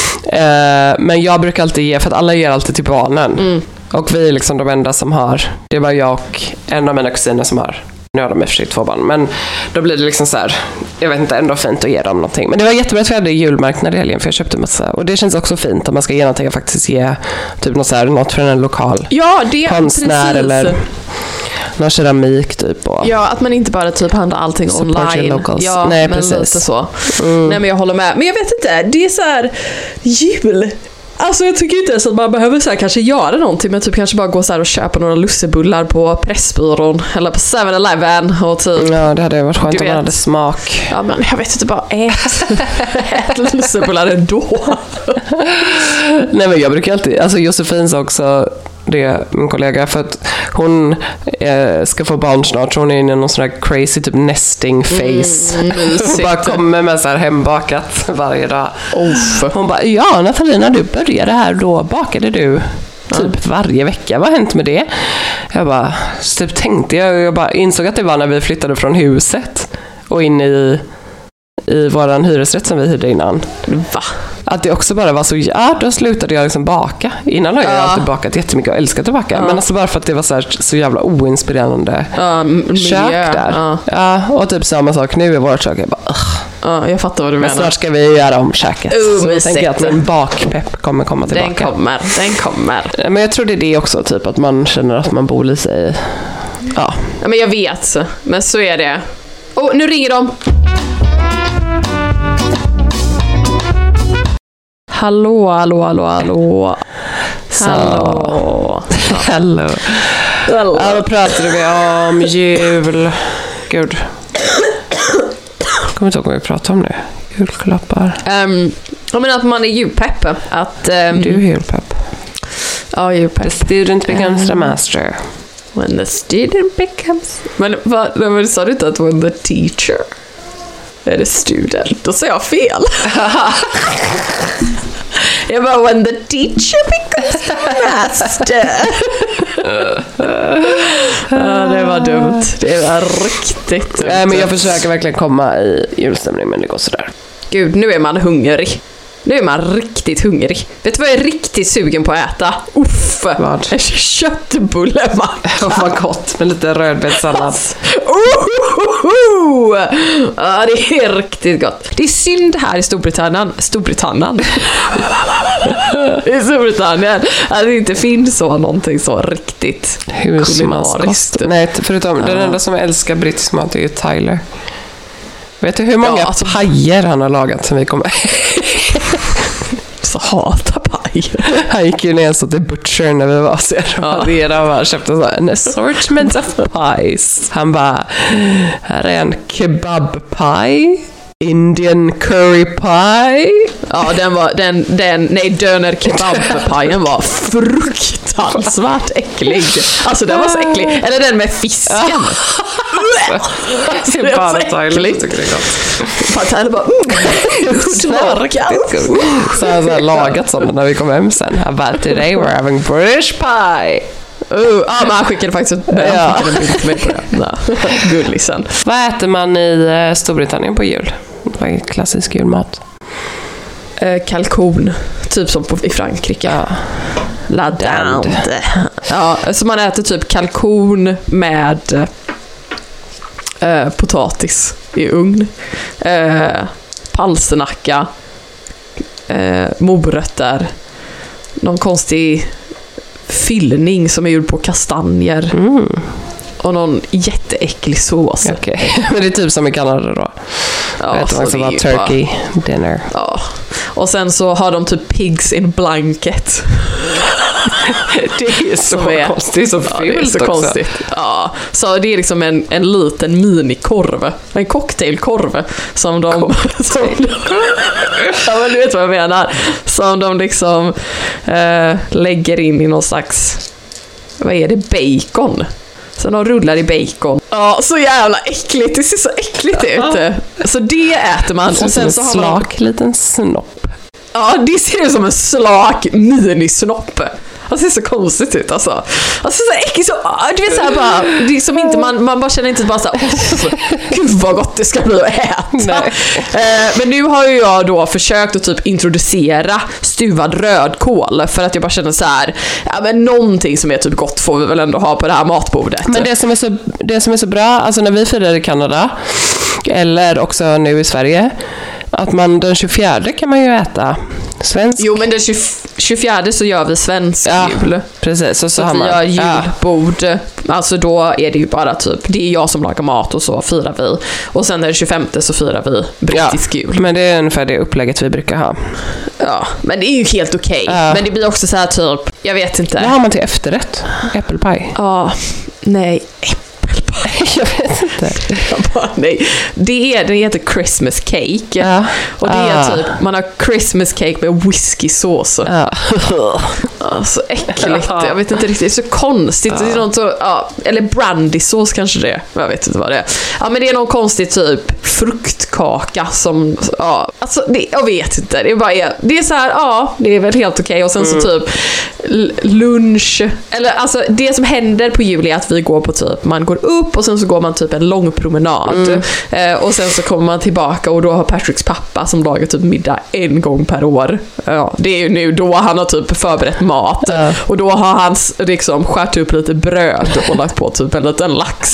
Men jag brukar alltid ge, för att alla ger alltid till barnen. Och vi är liksom de enda som har, det var jag och en av mina kusiner som har, nu har de i och för sig 2 barn, men då blir det liksom så här, jag vet inte, ändå fint att ge dem någonting. Men det var jättebra att vi hade julmarknad i helgen, för jag köpte massa, och det känns också fint om man ska ge någonting och faktiskt ge typ något från en lokal konstnär precis. Eller någon keramik typ. Och ja, att man inte bara typ handlar allting online. Ja, nej, men precis. Lite så. Nej, men jag håller med. Men jag vet inte, det är så här jul. Alltså jag tycker inte ens att man behöver så här, kanske göra någonting, men typ kanske bara gå så här och köpa några lussebullar på Pressbyrån eller på 7-Eleven och typ. Ja, det hade varit skönt om man hade smak. Ja, men jag vet inte, bara ät lussebullar ändå. Nej, men jag brukar alltid, alltså Josefin sa också det, min kollega, för att hon ska få barn snart, så hon är inne i någon sån här crazy typ nesting face. Hon bara kommer med så här hembakat varje dag. Hon bara, ja Nathalie, när du började här då bakade du typ varje vecka. Vad har hänt med det? Jag bara, typ tänkte jag bara insåg att det var när vi flyttade från huset och in i våran hyresrätt som vi hyrde innan. Va? Att det också bara var så, då slutade jag liksom baka. Innan har jag alltid bakat jättemycket och älskat att baka. Men alltså bara för att det var så jävla oinspirerande kök där. Ja, och typ samma sak nu i vårt kök. Jag bara, jag fattar vad du menar. Men snart ska vi göra om köket. Så jag tänker att min bakpepp kommer komma tillbaka. Den kommer. Men jag tror det är det också, typ att man känner att man bor i sig. Ja, men jag vet. Men så är det. Nu ringer de. Hallå. Hallå. Ja, då pratade vi om jul. Gud. Jag kommer inte ihåg vad vi pratade om nu. Julklappar. Jag menar att man är julpepp. Du är julpepp. Ja, julpepp. The student becomes the master. When the student becomes... Men sa du inte att when the teacher är the student? Då säger jag fel. Jag bara, when the teacher becomes the master. Det var dumt. Det var riktigt dumt. Men jag försöker verkligen komma i julstämning, men det går sådär. Gud, nu är man hungrig. Nu är man riktigt hungrig. Vet du vad jag är riktigt sugen på att äta? Uff! Vad? En köttbullemacka. Vad gott, med lite rödbetssallad. Ja, det är riktigt gott. Det är synd här i Storbritannien att det inte finns så någonting så riktigt kulinariskt. Nej, förutom den enda som älskar brittisk mat är ju Tyler. Vet du hur många pajer han har lagat som vi kommer... Så hatar pajer. Han gick ju ner så till Butcher när vi var så han köpte så en assortment of pies. Han bara, här är en kebab pie, Indian curry pie. Ja, döner kebab-pajen var fruktansvärt äcklig. Alltså den var så äcklig. Eller den med fisken. Det är bara Tyler tycker det är gott. Tyler bara, så han har lagat sådana när vi kom hem sen. Han bara, today we're having British pie. Men han skickade faktiskt en bild till mig på det. Gullisen. Vad äter man i Storbritannien på jul? Vad är klassisk julmat? Kalkon. Typ som i Frankrike. Ja. La dinde. Ja, så man äter typ kalkon med potatis i ugn. Palsnacka. Morötter. Någon konstig fyllning som är gjord på kastanjer. Och någon jätteäcklig sås. Okay. Men det är typ som i Kanada då. Ja, det var turkey dinner. Ja. Och sen så har de typ pigs in blanket. Det är så konstigt, så fult det är så också. Konstigt. Ja, så det är liksom en liten minikorv, en cocktailkorv som de ja, men du vet vad jag menar, som de liksom lägger in i någon slags, vad är det, bacon. Så de rullar i bacon. Ja, så jävla äckligt. Det ser så äckligt ut. Så det äter man. Och sen så har man en slak liten snopp. Ja, det ser ut som en slak minisnopp. Alltså det ser så konstigt ut alltså. Alltså så äckligt så, du vet så här bara, det är som inte man bara känner inte bara så här, gud vad gott det ska bli att äta. Men nu har ju jag då försökt att typ introducera stuvad rödkål för att jag bara känner så här, ja men någonting som är typ gott får vi väl ändå ha på det här matbordet. Men det som är så bra, alltså när vi firade i Kanada eller också nu i Sverige, att man den 24 kan man ju äta svensk. Jo, men den 24 så gör vi svensk jul. Precis, och så har vi man gör julbord. Alltså då är det ju bara typ, det är jag som lagar mat och så firar vi. Och sen den 25 så firar vi brittisk jul. Men det är ungefär det upplägget vi brukar ha. Ja, men det är ju helt okej. Men det blir också så här typ, jag vet inte. Vad har man till efterrätt? Äppelpaj? Ja, nej, jag vet inte. Nej, det heter Christmas cake. Och det är typ, man har Christmas cake med whiskysås. Så äckligt. Jag vet inte riktigt, det är så konstigt. Det är något så, eller brandysås kanske det. Jag vet inte vad det är. Ja, men det är någon konstig typ fruktkaka som, alltså det, jag vet inte. Det är bara, det är så här, det är väl helt okej. Och sen så typ lunch, eller alltså det som händer på jul är att vi går på typ, man går upp och sen så går man typ en lång promenad. Och sen så kommer man tillbaka och då har Patricks pappa som lagar typ middag en gång per år. Ja, det är ju nu då han har typ förberett mat. Och då har han liksom skärt upp lite bröd och lagt på typ en liten lax.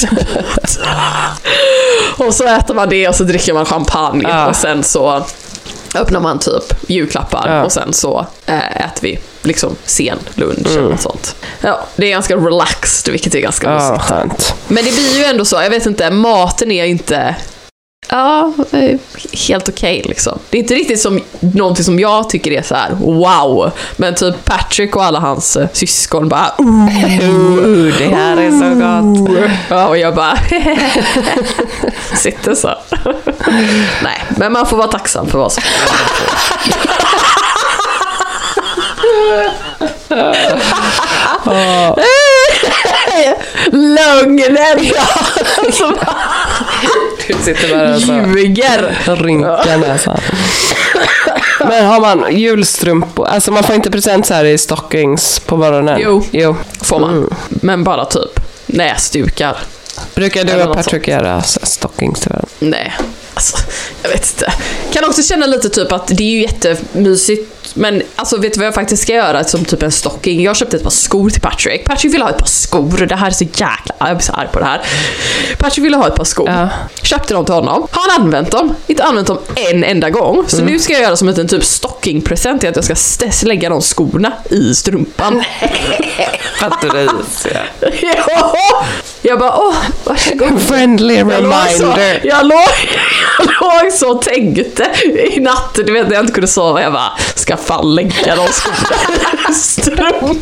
Och så äter man det och så dricker man champagne och sen så öppnar man typ julklappar och sen så äter vi liksom sen lunch eller sånt. Ja, det är ganska relaxed, vilket är ganska mysigt. Skönt. Men det blir ju ändå så, jag vet inte, maten är inte helt okej liksom. Det är inte riktigt som någonting som jag tycker är så här wow, men typ Patrick och alla hans syskon bara det här är så gott. Ja, och jag bara sitter så. Nej, men man får vara tacksam för vad som lögnen. Du sitter bara så ljuger. Rynkar näsan. Men har man julstrumpor, alltså man får inte present så här i stockings på morgonen? Jo. Får man. Men bara typ näsdukar. Brukar du och Patrick göra stockings till varandra? Nej, alltså, jag vet inte. Kan också känna lite typ att det är ju jättemysigt. Men alltså, vet du vad jag faktiskt ska göra som typ en stocking? Jag köpte ett par skor till Patrick. Patrick ville ha ett par skor. Det här är så jäkla, jag blir så arg på det här. Patrick ville ha ett par skor. Köpte dem till honom. Har han använt dem? Inte använt dem en enda gång. Så nu ska jag göra som en typ stockingpresent att jag ska lägga de skorna i strumpan. Fattar du? Ja. Jag bara, varsågod. Friendly reminder. Jag låg så och tänkte i natten, du vet, när jag inte kunde sova. Jag bara, ska fan lägga de skorna i strumpan.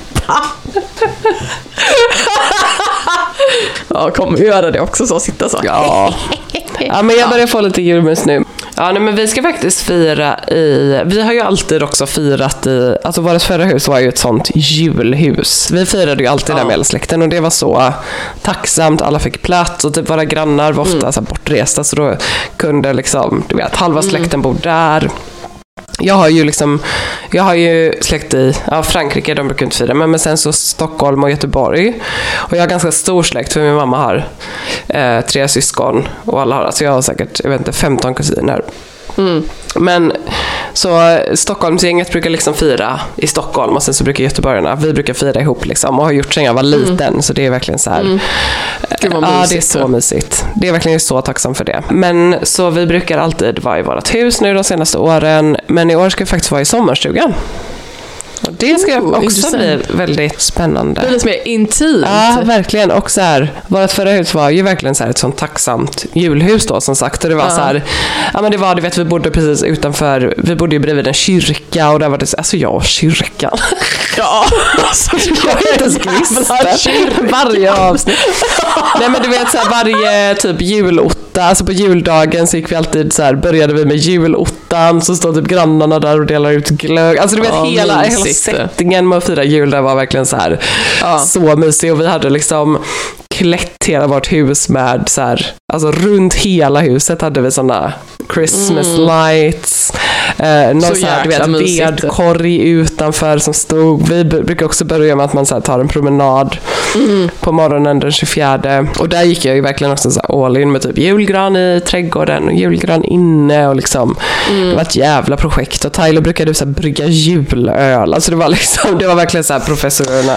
Ja, kommer göra det också, så sitta så. Ja, men jag börjar få lite julmus nu. Ja, nej, men vi ska faktiskt fira vi har ju alltid också firat i, alltså vårt förra hus var ju ett sånt julhus. Vi firade ju alltid där med hela släkten och det var så tacksamt, alla fick plats och typ våra grannar var ofta så här bortresta, så då kunde liksom, du vet, halva släkten bo där. Jag har ju släkt i Frankrike, de brukar inte fira, men sen så Stockholm och Göteborg. Och jag har ganska stor släkt, för min mamma har 3 syskon och alla har, alltså jag har säkert, 15 kusiner. Men så Stockholmsgänget brukar liksom fira i Stockholm och sen så brukar göteborgarna, vi brukar fira ihop liksom, och har gjort sen jag var liten, så det är verkligen så här. Ja, det är så mysigt. Det är verkligen så tacksam för det. Men så vi brukar alltid vara i vårt hus nu de senaste åren, men i år ska vi faktiskt vara i sommarstugan. Och det ska också intressant. bli väldigt spännande. Det blir lite mer intimt. Ja, verkligen. Och så här, vårt förra hus var ju verkligen så här ett sånt tacksamt julhus då, som sagt. Och det var så här, ja men det var, du vet, vi bodde precis utanför, vi bodde ju bredvid en kyrka och där var det, alltså jag och kyrkan. Ja, alltså, Jag är inte ens kristen. Varje avsnitt. Nej men du vet så här, varje typ julotta, alltså på juldagen så gick vi alltid så här, började vi med julottan, så står typ grannarna där och delar ut glögg. Alltså du vet hela settingen med att fira jul där var verkligen så här så mysig, och vi hade liksom klätt hela vårt hus med så här, alltså runt hela huset hade vi såna Christmas lights, någon så här, du vet, vedkorg utanför som stod. Vi brukar också börja med att man så här, tar en promenad på morgonen den 24, och där gick jag ju verkligen också så här, all in med typ julgran i trädgården och julgran inne, och liksom det var ett jävla projekt. Och Tyler brukade så här, brygga julöl, alltså det var liksom, det var verkligen så här professorerna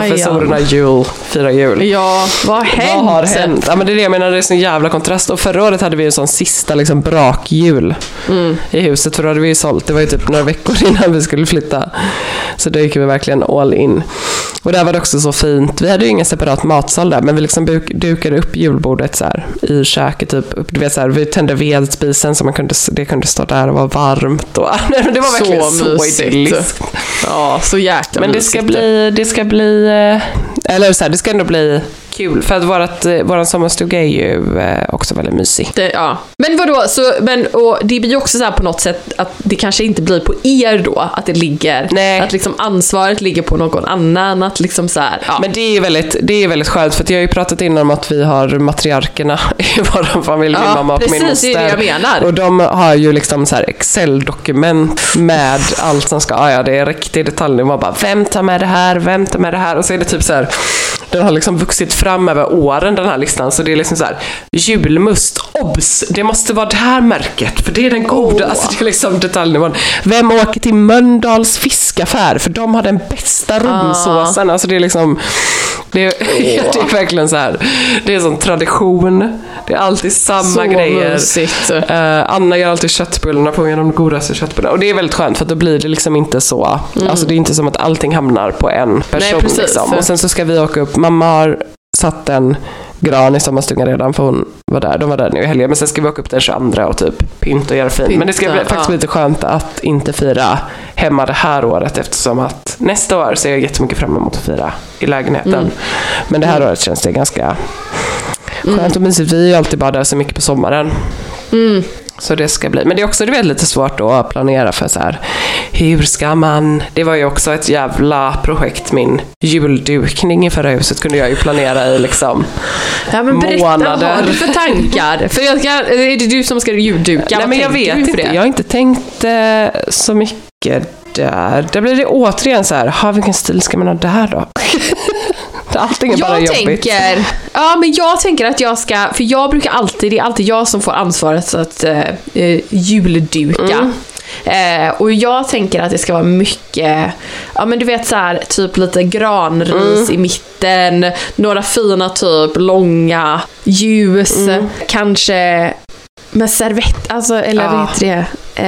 fira jul. Ja, vad har hänt? Ja men det är det jag menar, det är så en jävla kontrast. Och förra året hade vi en sån sista liksom brakjul i huset, för då hade vi ju sålt, det var ju typ några veckor innan vi skulle flytta, så då gick vi verkligen all in. Och där var det också så fint, vi hade ju ingen separat matsal där, men vi liksom dukade upp julbordet så här i köket typ, du vet så här, vi tände vedspisen så det kunde stå där och vara varmt, och det var verkligen så idylliskt. Ja, så jäkla men det ska bli eller så här, det ska ändå bli kul, för att våran sommarstuga är ju också väldigt mysig. Men vadå, och det blir ju också så här på något sätt att det kanske inte blir på er då, att det ligger, att liksom ansvaret ligger på någon annan, att liksom så här, Men det är väldigt skönt, för att jag har ju pratat innan om att vi har matriarkerna i vår familj, min mamma och min moster. Det är det jag menar. Och de har ju liksom så här Excel-dokument med allt som ska, det är riktigt detaljnivå, bara vem tar med det här, och så är det typ så här, den har liksom vuxit fram över åren, den här listan, så det är liksom så här, julmust, obs, det måste vara det här märket, för det är den goda, alltså det är liksom detaljnivån. Vem åker till Mölndals fiskaffär, för de har den bästa romsåsen, alltså det är liksom det är verkligen så här, det är sån tradition, det är alltid samma så grejer. Anna gör alltid köttbullarna på de godaste köttbullarna, och det är väldigt skönt, för att då blir det liksom inte så, alltså det är inte som att allting hamnar på en person. Nej, liksom. Och sen så ska vi åka upp, mamma har satt en gran i sommarstugan redan, för de var där nu i helgen, men sen ska vi åka upp den 22 och typ pynta och göra fint. Men det ska faktiskt bli lite skönt att inte fira hemma det här året, eftersom att nästa år så är jag jättemycket fram emot att fira i lägenheten. Men det här året känns det ganska skönt och mysigt. Vi är ju alltid bara där så mycket på sommaren. Så det ska bli. Men det är också, du vet, lite svårt då att planera för så här, hur ska man, det var ju också ett jävla projekt, min juldukning i förra huset kunde jag ju planera i liksom men berätta, månader. Vad har du för tankar? För är det du som ska julduka? Nej, men jag vet inte, jag har inte tänkt så mycket där. Där blir det återigen så här, vilken stil ska man ha där då? Allting är bara jobbigt. Men jag tänker att jag ska, för jag brukar alltid, det är alltid jag som får ansvaret att julduka. Och jag tänker att det ska vara mycket, men du vet så här, typ lite granris i mitten, några fina typ långa ljus, kanske med servett, alltså, eller vad heter det?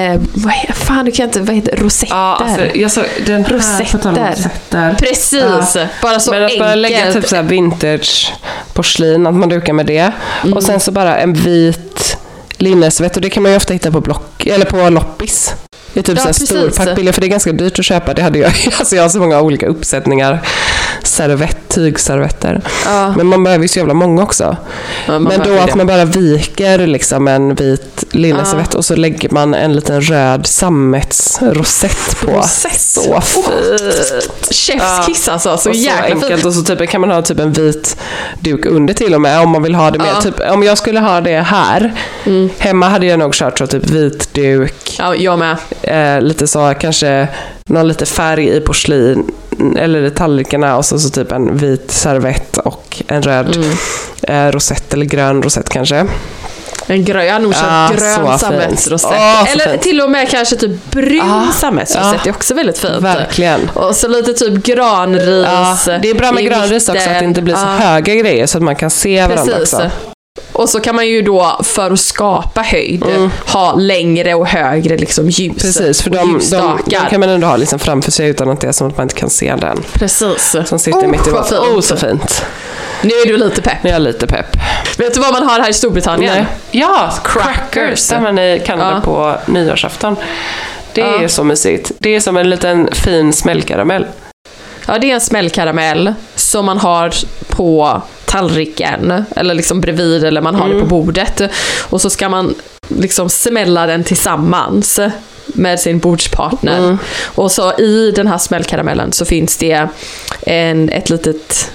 Vad heter rosetter? Alltså, den rosetter. Precis. Bara så enkelt. Men att bara lägga typ så här vintage porslin, att man dukar med det. Och sen så bara en vit linnesvett, och det kan man ju ofta hitta på Block eller på loppis. Det är typ så här stor packbilder, för det är ganska dyrt att köpa. Det hade jag. Alltså jag har så många olika uppsättningar. Tygservetter. Men man behöver ju så jävla många också. Men då att man bara viker liksom en vit linneservett och så lägger man en liten röd sammetsrosett på. Så fint. Chefskiss alltså. Så jäkla enkelt fint. Och så typ kan man ha typ en vit duk under till och med, om man vill ha det mer. Typ, om jag skulle ha det här hemma hade jag nog kört så typ vit duk. Ja, jag med. Lite så, kanske någon lite färg i porslin eller i tallrikarna, och så typ en vit servett och en röd rosett eller grön rosett kanske. En grön, nog grön sammetsrosett. Eller till och med kanske typ brun sammetsrosett är också väldigt fint. Verkligen. Och så lite typ granris. Det är bra med granris också, att det inte blir så höga grejer, så att man kan se varandra också. Och så kan man ju då, för att skapa höjd, ha längre och högre liksom ljus. Precis, för de kan man ändå ha liksom framför sig utan att det är som att man inte kan se den. Precis. Som sitter mitt i vattnet. Så fint. Nu är du lite pepp. Nu är jag lite pepp. Vet du vad man har här i Storbritannien? Nej. Ja, crackers. Där man i Kanada på nyårsafton. Det är så mysigt. Det är som en liten fin smällkaramell. Ja, det är en smällkaramell som man har på tallriken eller liksom bredvid, eller man har det på bordet. Och så ska man liksom smälla den tillsammans med sin bordspartner. Och så i den här smällkaramellen så finns det ett litet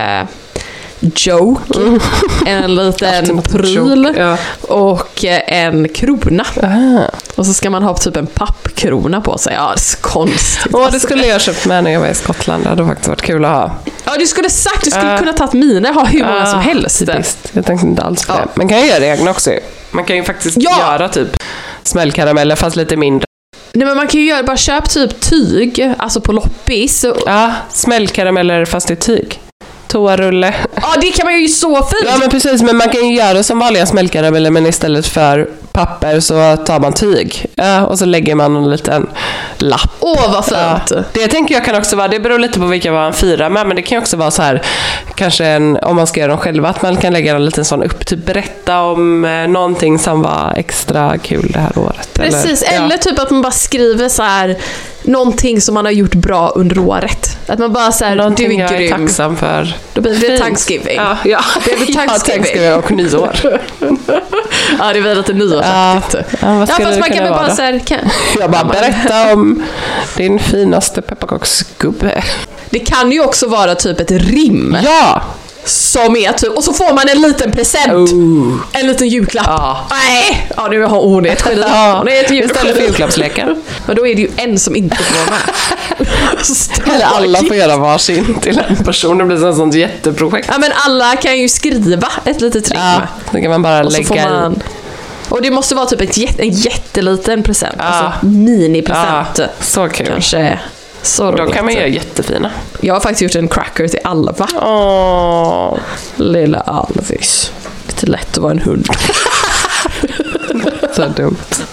joke, en liten pryl och en krona. Och så ska man ha typ en pappkrona på sig. Ja, det är så konstigt. Det skulle jag köpt med när jag var i Skottland. Det hade faktiskt varit kul att ha. Ja, du skulle kunna ta mina, ha hur många som helst. Jag tänkte inte alls på det. Man kan ju göra egna också. Man kan ju faktiskt göra typ smällkarameller fast lite mindre. Nej, men man kan ju bara köpa typ tyg, alltså på loppis. Ja, smällkarameller fast i tyg. Toarulle. Ja, det kan man ju så fint. Ja, men precis, men man kan ju göra som vanliga smällkarameller, men istället för papper så tar man tyg. Och så lägger man en liten lapp. Vad fint. Det tänker jag kan också vara, det beror lite på vilka man firar med, men det kan ju också vara så här, kanske om man ska göra dem själva, att man kan lägga en liten sån upp, typ berätta om någonting som var extra kul det här året. Precis, eller typ att man bara skriver så här någonting som man har gjort bra under året. Att man bara säger, du är grym. Jag är tacksam för. Då blir det Thanksgiving. Ja. Det blir Thanksgiving och nyår. Ja, det blir lite nyårsaktigt. Fast man kan väl bara säga, jag bara berätta om din finaste pepparkaksgubbe. Det kan ju också vara typ ett rim. Ja. Som är typ, och så får man en liten present. En liten julklapp. Nej, nu har hon ett geni. Det är ett istället för julklappsleken. Men då är det ju en som inte får vara med. Eller alla får göra varsin till en person. Det blir ett sånt jätteprojekt. Ja, men alla kan ju skriva ett litet rim. Då kan man bara lägga i. Och det måste vara typ en jätteliten present. Alltså mini-present. Så kul. Kanske. Så då kan man göra jättefina. Jag har faktiskt gjort en cracker till Alva. Lilla Alvis. Lite lätt att vara en hund. Så dumt.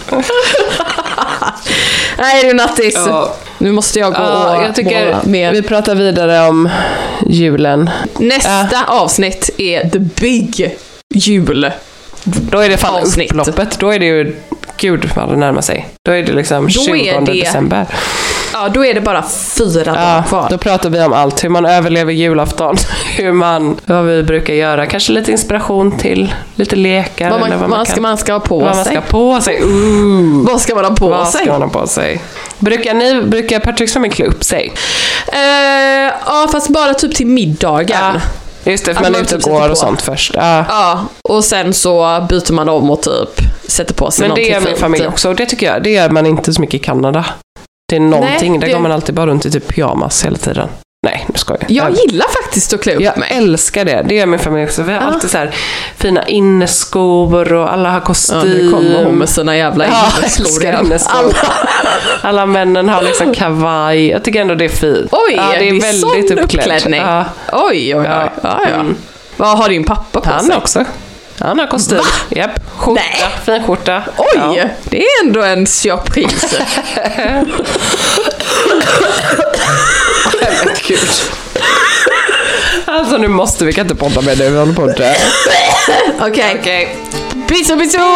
Nej, det är nattis. Nu måste jag gå och jag tycker mer. Vi pratar vidare om julen. Nästa avsnitt är The Big Jul. Då är det fan upploppet. Då är det ju, gud vad det närmar sig. Då är det liksom 20 december. Ja, då är det bara 4 dagar kvar. Då pratar vi om allt. Hur man överlever julafton. Vad vi brukar göra. Kanske lite inspiration till lite lekar. Vad man ska ha på sig. Vad man ska på sig. Vad ska man ha på sig? Brukar Patrick som klä upp sig? Ja, fast bara typ till middagen. Just det, för man är ute och går och sånt först. Ja, och sen så byter man om och typ sätter på sig någonting. Men det är min familj också. Och det tycker jag, det gör man inte så mycket i Kanada. Det är någonting, där går man alltid bara runt i typ pyjamas hela tiden. Nej, nu ska jag gillar faktiskt att klä upp mig. Jag älskar det. Det gör min familj också. Vi har alltid så här fina inneskor och alla har kostym. Nu kommer hon med sina jävla inneskor. Alla männen har liksom kavaj. Jag tycker ändå det är fint. Oj, det är väldigt uppklädning. Oj. Vad har din pappa på sig? Han också. Han har kostym. Japp, skjorta, fin skjorta. Oj, det är ändå en surprise. Gud. Alltså nu måste vi kan inte podda med det. Vi håller på att dö. Okej. Bisou.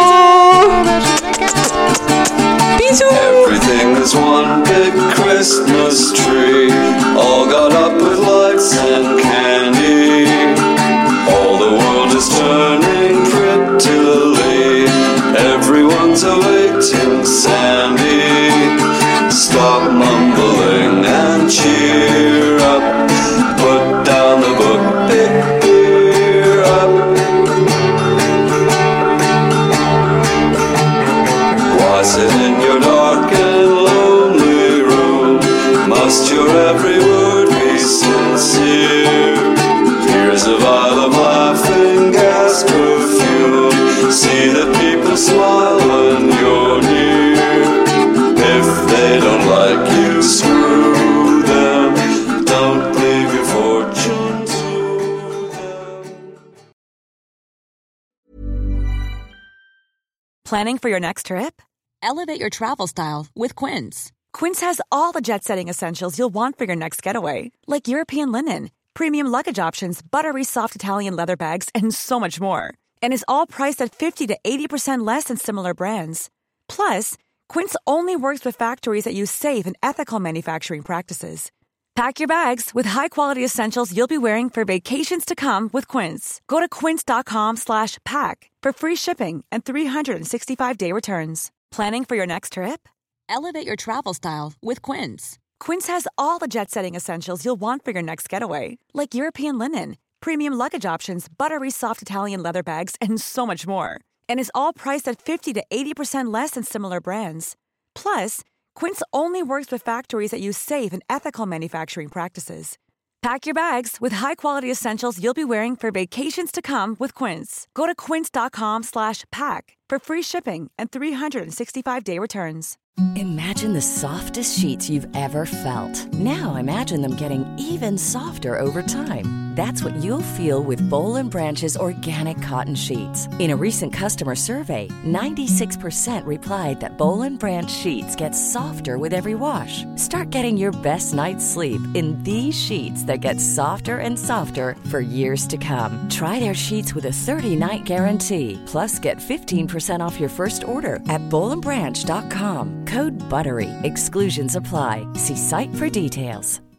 Everything is one big Christmas tree, all got up with lights and candy. All the world is turning prettily. Everyone's awaiting Sandy. Stop mumbling and cheer up. Put down the book, pick beer up. Why sit in your dark and lonely room? Must your every word be sincere? Planning for your next trip? Elevate your travel style with Quince. Quince has all the jet-setting essentials you'll want for your next getaway, like European linen, premium luggage options, buttery soft Italian leather bags, and so much more. And is all priced at 50 to 80% less than similar brands. Plus, Quince only works with factories that use safe and ethical manufacturing practices. Pack your bags with high-quality essentials you'll be wearing for vacations to come with Quince. Go to quince.com/pack for free shipping and 365-day returns. Planning for your next trip? Elevate your travel style with Quince. Quince has all the jet-setting essentials you'll want for your next getaway, like European linen, premium luggage options, buttery soft Italian leather bags, and so much more. And is all priced at 50 to 80% less than similar brands. Plus, Quince only works with factories that use safe and ethical manufacturing practices. Pack your bags with high-quality essentials you'll be wearing for vacations to come with Quince. Go to quince.com/pack for free shipping and 365-day returns. Imagine the softest sheets you've ever felt. Now imagine them getting even softer over time. That's what you'll feel with Boll & Branch's organic cotton sheets. In a recent customer survey, 96% replied that Boll & Branch sheets get softer with every wash. Start getting your best night's sleep in these sheets that get softer and softer for years to come. Try their sheets with a 30-night guarantee. Plus, get 15% off your first order at bollandbranch.com. Code BUTTERY. Exclusions apply. See site for details.